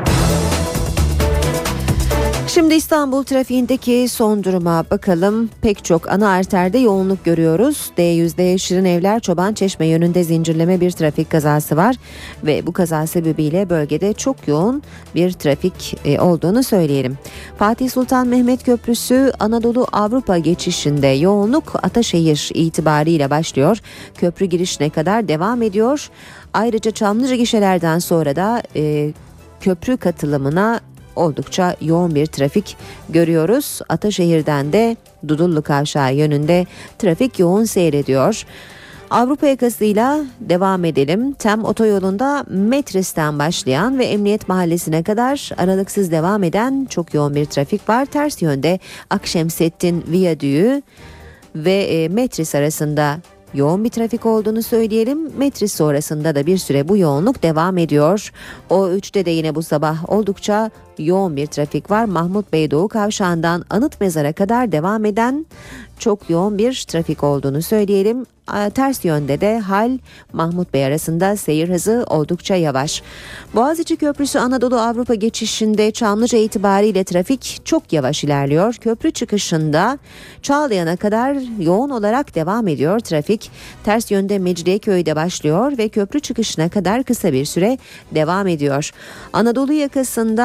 B: Şimdi İstanbul trafiğindeki son duruma bakalım. Pek çok ana arterde yoğunluk görüyoruz. D yüzde Şirinevler Çobançeşme yönünde zincirleme bir trafik kazası var. Ve bu kaza sebebiyle bölgede çok yoğun bir trafik olduğunu söyleyelim. Fatih Sultan Mehmet Köprüsü Anadolu Avrupa geçişinde yoğunluk Ataşehir itibariyle başlıyor. Köprü girişine kadar devam ediyor. Ayrıca Çamlıca gişelerden sonra da e, köprü katılımına oldukça yoğun bir trafik görüyoruz. Ataşehir'den de Dudullu Kavşağı yönünde trafik yoğun seyrediyor. Avrupa yakasıyla devam edelim. Tem otoyolunda Metris'ten başlayan ve Emniyet Mahallesi'ne kadar aralıksız devam eden çok yoğun bir trafik var. Ters yönde Akşemseddin Viyadüğü ve Metris arasında yoğun bir trafik olduğunu söyleyelim. Metris sonrasında da bir süre bu yoğunluk devam ediyor. O üçte de yine bu sabah oldukça yoğun bir trafik var. Mahmut Bey Doğu Kavşağı'ndan Anıt Mezar'a kadar devam eden çok yoğun bir trafik olduğunu söyleyelim. Ters yönde de hal Mahmut Bey arasında seyir hızı oldukça yavaş. Boğaziçi Köprüsü Anadolu Avrupa geçişinde Çamlıca itibariyle trafik çok yavaş ilerliyor. Köprü çıkışında Çağlayan'a kadar yoğun olarak devam ediyor trafik. Ters yönde Mecidiyeköy'de başlıyor ve köprü çıkışına kadar kısa bir süre devam ediyor. Anadolu yakasında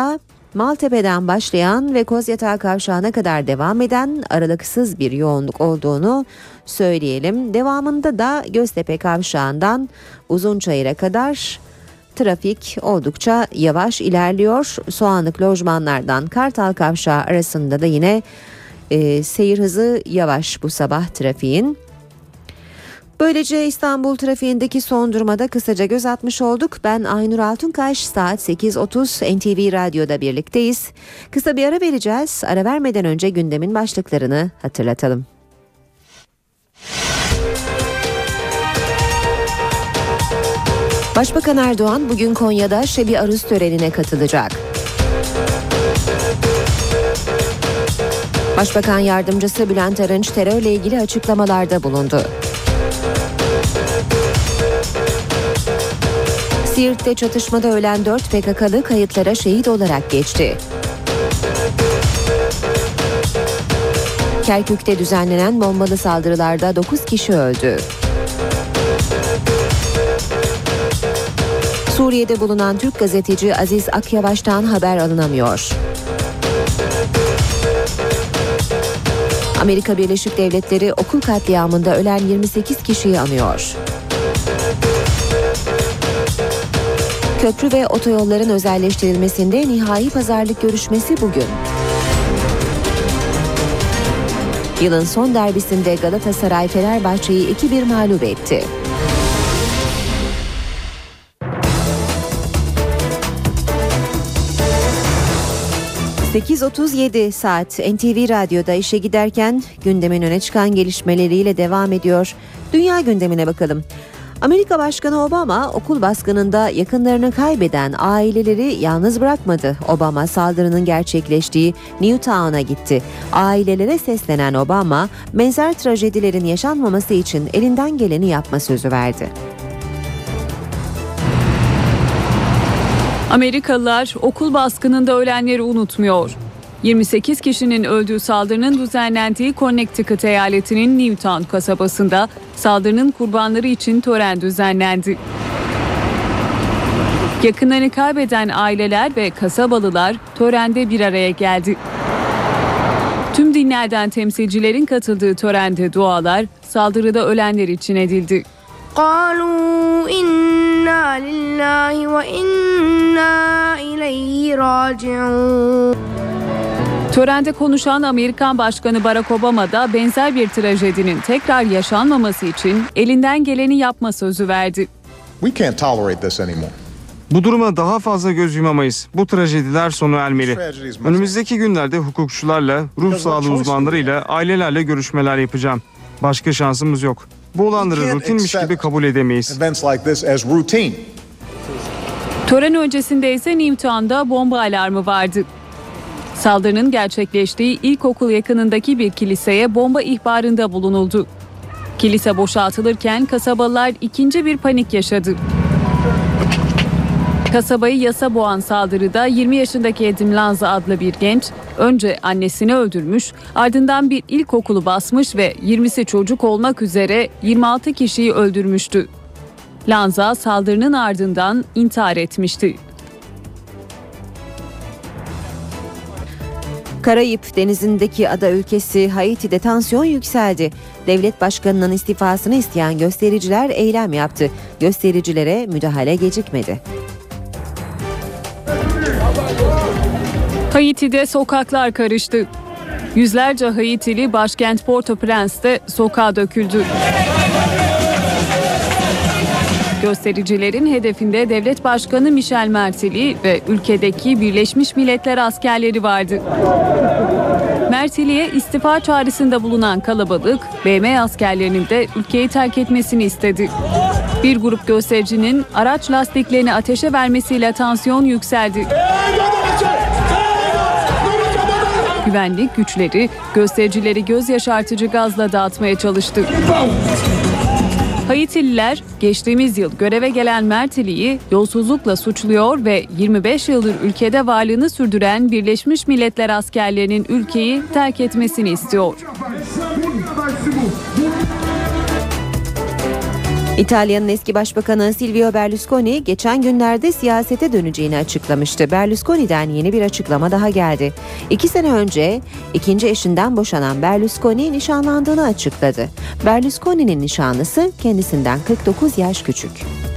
B: Maltepe'den başlayan ve Kozyatağı Kavşağı'na kadar devam eden aralıksız bir yoğunluk olduğunu söyleyelim. Devamında da Göztepe Kavşağı'ndan Uzunçayır'a kadar trafik oldukça yavaş ilerliyor. Soğanlık lojmanlardan Kartal Kavşağı arasında da yine e, seyir hızı yavaş bu sabah trafiğin. Böylece İstanbul trafiğindeki son duruma da kısaca göz atmış olduk. Ben Aynur Altunkaş, saat sekiz otuz N T V Radyo'da birlikteyiz. Kısa bir ara vereceğiz. Ara vermeden önce gündemin başlıklarını hatırlatalım. Başbakan Erdoğan bugün Konya'da Şebi Aruz törenine katılacak. Başbakan Yardımcısı Bülent Arınç terörle ilgili açıklamalarda bulundu. Siirt'te çatışmada ölen dört P K K'lı kayıtlara şehit olarak geçti. Kerkük'te düzenlenen bombalı saldırılarda dokuz kişi öldü. Suriye'de bulunan Türk gazeteci Aziz Akyavaş'tan haber alınamıyor. Amerika Birleşik Devletleri okul katliamında ölen yirmi sekiz kişiyi anıyor. Köprü ve otoyolların özelleştirilmesinde nihai pazarlık görüşmesi bugün. Yılın son derbisinde Galatasaray Fenerbahçe'yi iki bir mağlup etti. sekiz otuz yedi saat N T V Radyo'da işe giderken gündemin öne çıkan gelişmeleriyle devam ediyor. Dünya gündemine bakalım. Amerika Başkanı Obama okul baskınında yakınlarını kaybeden aileleri yalnız bırakmadı. Obama saldırının gerçekleştiği Newtown'a gitti. Ailelere seslenen Obama, benzer trajedilerin yaşanmaması için elinden geleni yapma sözü verdi.
I: Amerikalılar okul baskınında ölenleri unutmuyor. yirmi sekiz kişinin öldüğü saldırının düzenlendiği Connecticut eyaletinin Newtown kasabasında saldırının kurbanları için tören düzenlendi. Yakınlarını kaybeden aileler ve kasabalılar törende bir araya geldi. Tüm dinlerden temsilcilerin katıldığı törende dualar saldırıda ölenler için edildi.
J: قالوا إنا لله وإنا إليه راجعون.
I: Törende konuşan Amerikan Başkanı Barack Obama da benzer bir trajedinin tekrar yaşanmaması için elinden geleni yapma sözü verdi.
Q: We can't tolerate this anymore.
W: Bu duruma daha fazla göz yumamayız. Bu trajediler sona ermeli. Önümüzdeki günlerde hukukçularla, ruh sağlığı uzmanlarıyla, ailelerle görüşmeler yapacağım. Başka şansımız yok. Bu olanları rutinmiş gibi kabul edemeyiz.
I: Tören öncesinde ise Newtown'da bomba alarmı vardı. Saldırının gerçekleştiği ilkokul yakınındaki bir kiliseye bomba ihbarında bulunuldu. Kilise boşaltılırken kasabalılar ikinci bir panik yaşadı. Kasabayı yasa boğan saldırıda yirmi yaşındaki Edim Lanza adlı bir genç önce annesini öldürmüş, ardından bir ilkokulu basmış ve yirmisi çocuk olmak üzere yirmi altı kişiyi öldürmüştü. Lanza saldırının ardından intihar etmişti.
B: Karayip Denizi'ndeki ada ülkesi Haiti'de tansiyon yükseldi. Devlet başkanının istifasını isteyen göstericiler eylem yaptı. Göstericilere müdahale gecikmedi.
I: Haiti'de sokaklar karıştı. Yüzlerce Haitili başkent Port-au-Prince'te sokağa döküldü. Göstericilerin hedefinde devlet başkanı Michel Mertelly ve ülkedeki Birleşmiş Milletler askerleri vardı. Mertelly'e istifa çağrısında bulunan kalabalık, B M askerlerinin de ülkeyi terk etmesini istedi. Bir grup göstericinin araç lastiklerini ateşe vermesiyle tansiyon yükseldi. Güvenlik güçleri göstericileri göz yaşartıcı gazla dağıtmaya çalıştı. Haitililer geçtiğimiz yıl göreve gelen Mertelly'yi yolsuzlukla suçluyor ve yirmi beş yıldır ülkede varlığını sürdüren Birleşmiş Milletler askerlerinin ülkeyi terk etmesini istiyor.
B: İtalya'nın eski başbakanı Silvio Berlusconi geçen günlerde siyasete döneceğini açıklamıştı. Berlusconi'den yeni bir açıklama daha geldi. İki sene önce ikinci eşinden boşanan Berlusconi nişanlandığını açıkladı. Berlusconi'nin nişanlısı kendisinden kırk dokuz yaş küçük.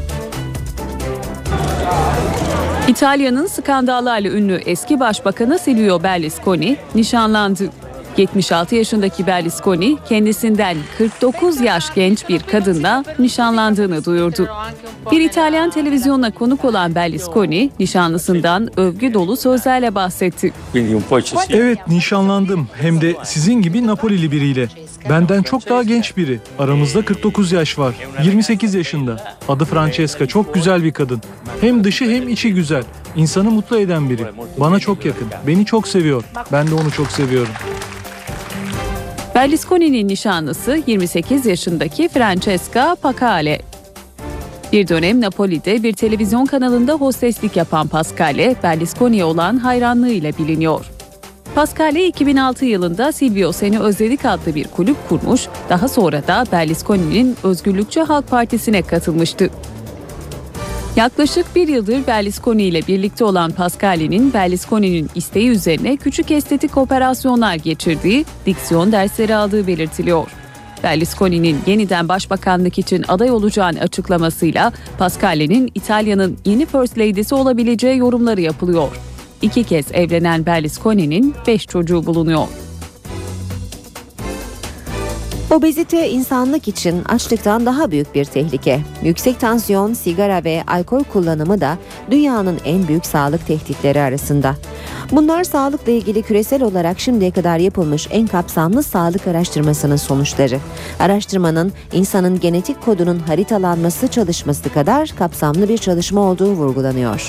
K: İtalya'nın skandallarla ünlü eski başbakanı Silvio Berlusconi nişanlandı. yetmiş altı yaşındaki Berlusconi kendisinden kırk dokuz yaş genç bir kadınla nişanlandığını duyurdu. Bir İtalyan televizyonuna konuk olan Berlusconi nişanlısından övgü dolu sözlerle bahsetti.
M: Evet, nişanlandım, hem de sizin gibi Napolili biriyle. Benden çok daha genç biri. Aramızda kırk dokuz yaş var. yirmi sekiz yaşında. Adı Francesca, çok güzel bir kadın. Hem dışı hem içi güzel. İnsanı mutlu eden biri. Bana çok yakın. Beni çok seviyor. Ben de onu çok seviyorum.
K: Berlusconi'nin nişanlısı yirmi sekiz yaşındaki Francesca Pacale. Bir dönem Napoli'de bir televizyon kanalında hosteslik yapan Pascale, Berlusconi'ye olan hayranlığıyla biliniyor. Pascale iki bin altı yılında Silvio Seni Özledik adlı bir kulüp kurmuş, daha sonra da Berlusconi'nin Özgürlükçü Halk Partisi'ne katılmıştı. Yaklaşık bir yıldır Berlusconi ile birlikte olan Pascale'nin Berlusconi'nin isteği üzerine küçük estetik operasyonlar geçirdiği, diksiyon dersleri aldığı belirtiliyor. Berlusconi'nin yeniden başbakanlık için aday olacağını açıklamasıyla Pascale'nin İtalya'nın yeni First Lady'si olabileceği yorumları yapılıyor. İki kez evlenen Berlusconi'nin beş çocuğu bulunuyor.
B: Obezite insanlık için açlıktan daha büyük bir tehlike. Yüksek tansiyon, sigara ve alkol kullanımı da dünyanın en büyük sağlık tehditleri arasında. Bunlar sağlıkla ilgili küresel olarak şimdiye kadar yapılmış en kapsamlı sağlık araştırmasının sonuçları. Araştırmanın insanın genetik kodunun haritalanması çalışması kadar kapsamlı bir çalışma olduğu vurgulanıyor.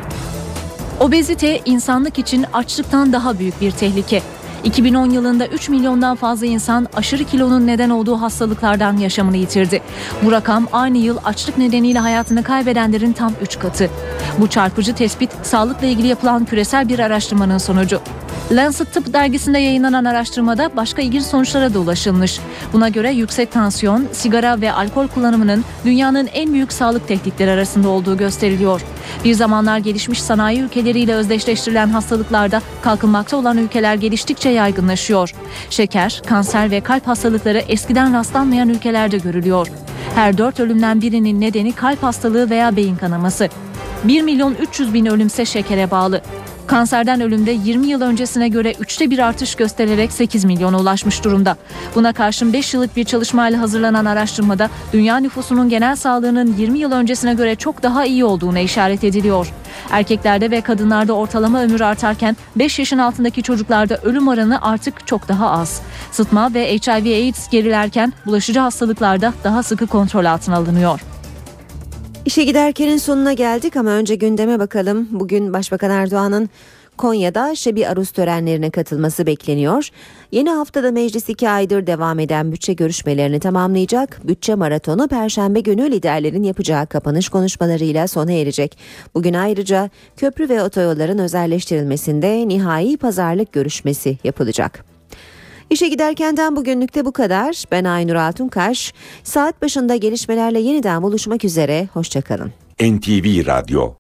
D: Obezite insanlık için açlıktan daha büyük bir tehlike. iki bin on yılında üç milyondan fazla insan aşırı kilonun neden olduğu hastalıklardan yaşamını yitirdi. Bu rakam aynı yıl açlık nedeniyle hayatını kaybedenlerin tam üç katı. Bu çarpıcı tespit sağlıkla ilgili yapılan küresel bir araştırmanın sonucu. Lancet Tıp dergisinde yayınlanan araştırmada başka ilginç sonuçlara da ulaşılmış. Buna göre yüksek tansiyon, sigara ve alkol kullanımının dünyanın en büyük sağlık tehditleri arasında olduğu gösteriliyor. Bir zamanlar gelişmiş sanayi ülkeleriyle özdeşleştirilen hastalıklarda kalkınmakta olan ülkeler geliştikçe yaygınlaşıyor. Şeker, kanser ve kalp hastalıkları eskiden rastlanmayan ülkelerde görülüyor. Her dört ölümden birinin nedeni kalp hastalığı veya beyin kanaması. bir milyon üç yüz bin ölümse şekere bağlı. Kanserden ölümde yirmi yıl öncesine göre üçte bir artış göstererek sekiz milyona ulaşmış durumda. Buna karşın beş yıllık bir çalışmayla hazırlanan araştırmada dünya nüfusunun genel sağlığının yirmi yıl öncesine göre çok daha iyi olduğuna işaret ediliyor. Erkeklerde ve kadınlarda ortalama ömür artarken beş yaşın altındaki çocuklarda ölüm oranı artık çok daha az. Sıtma ve H I V AIDS gerilerken bulaşıcı hastalıklarda daha sıkı kontrol altına alınıyor.
B: İşe giderkenin sonuna geldik ama önce gündeme bakalım. Bugün Başbakan Erdoğan'ın Konya'da Şebi Aruz törenlerine katılması bekleniyor. Yeni haftada meclis iki aydır devam eden bütçe görüşmelerini tamamlayacak. Bütçe maratonu Perşembe günü liderlerin yapacağı kapanış konuşmalarıyla sona erecek. Bugün ayrıca köprü ve otoyolların özelleştirilmesinde nihai pazarlık görüşmesi yapılacak. İşe giderkenden bugünlük de bu kadar. Ben Aynur Altunkaş. Saat başında gelişmelerle yeniden buluşmak üzere. Hoşçakalın.
C: N T V Radyo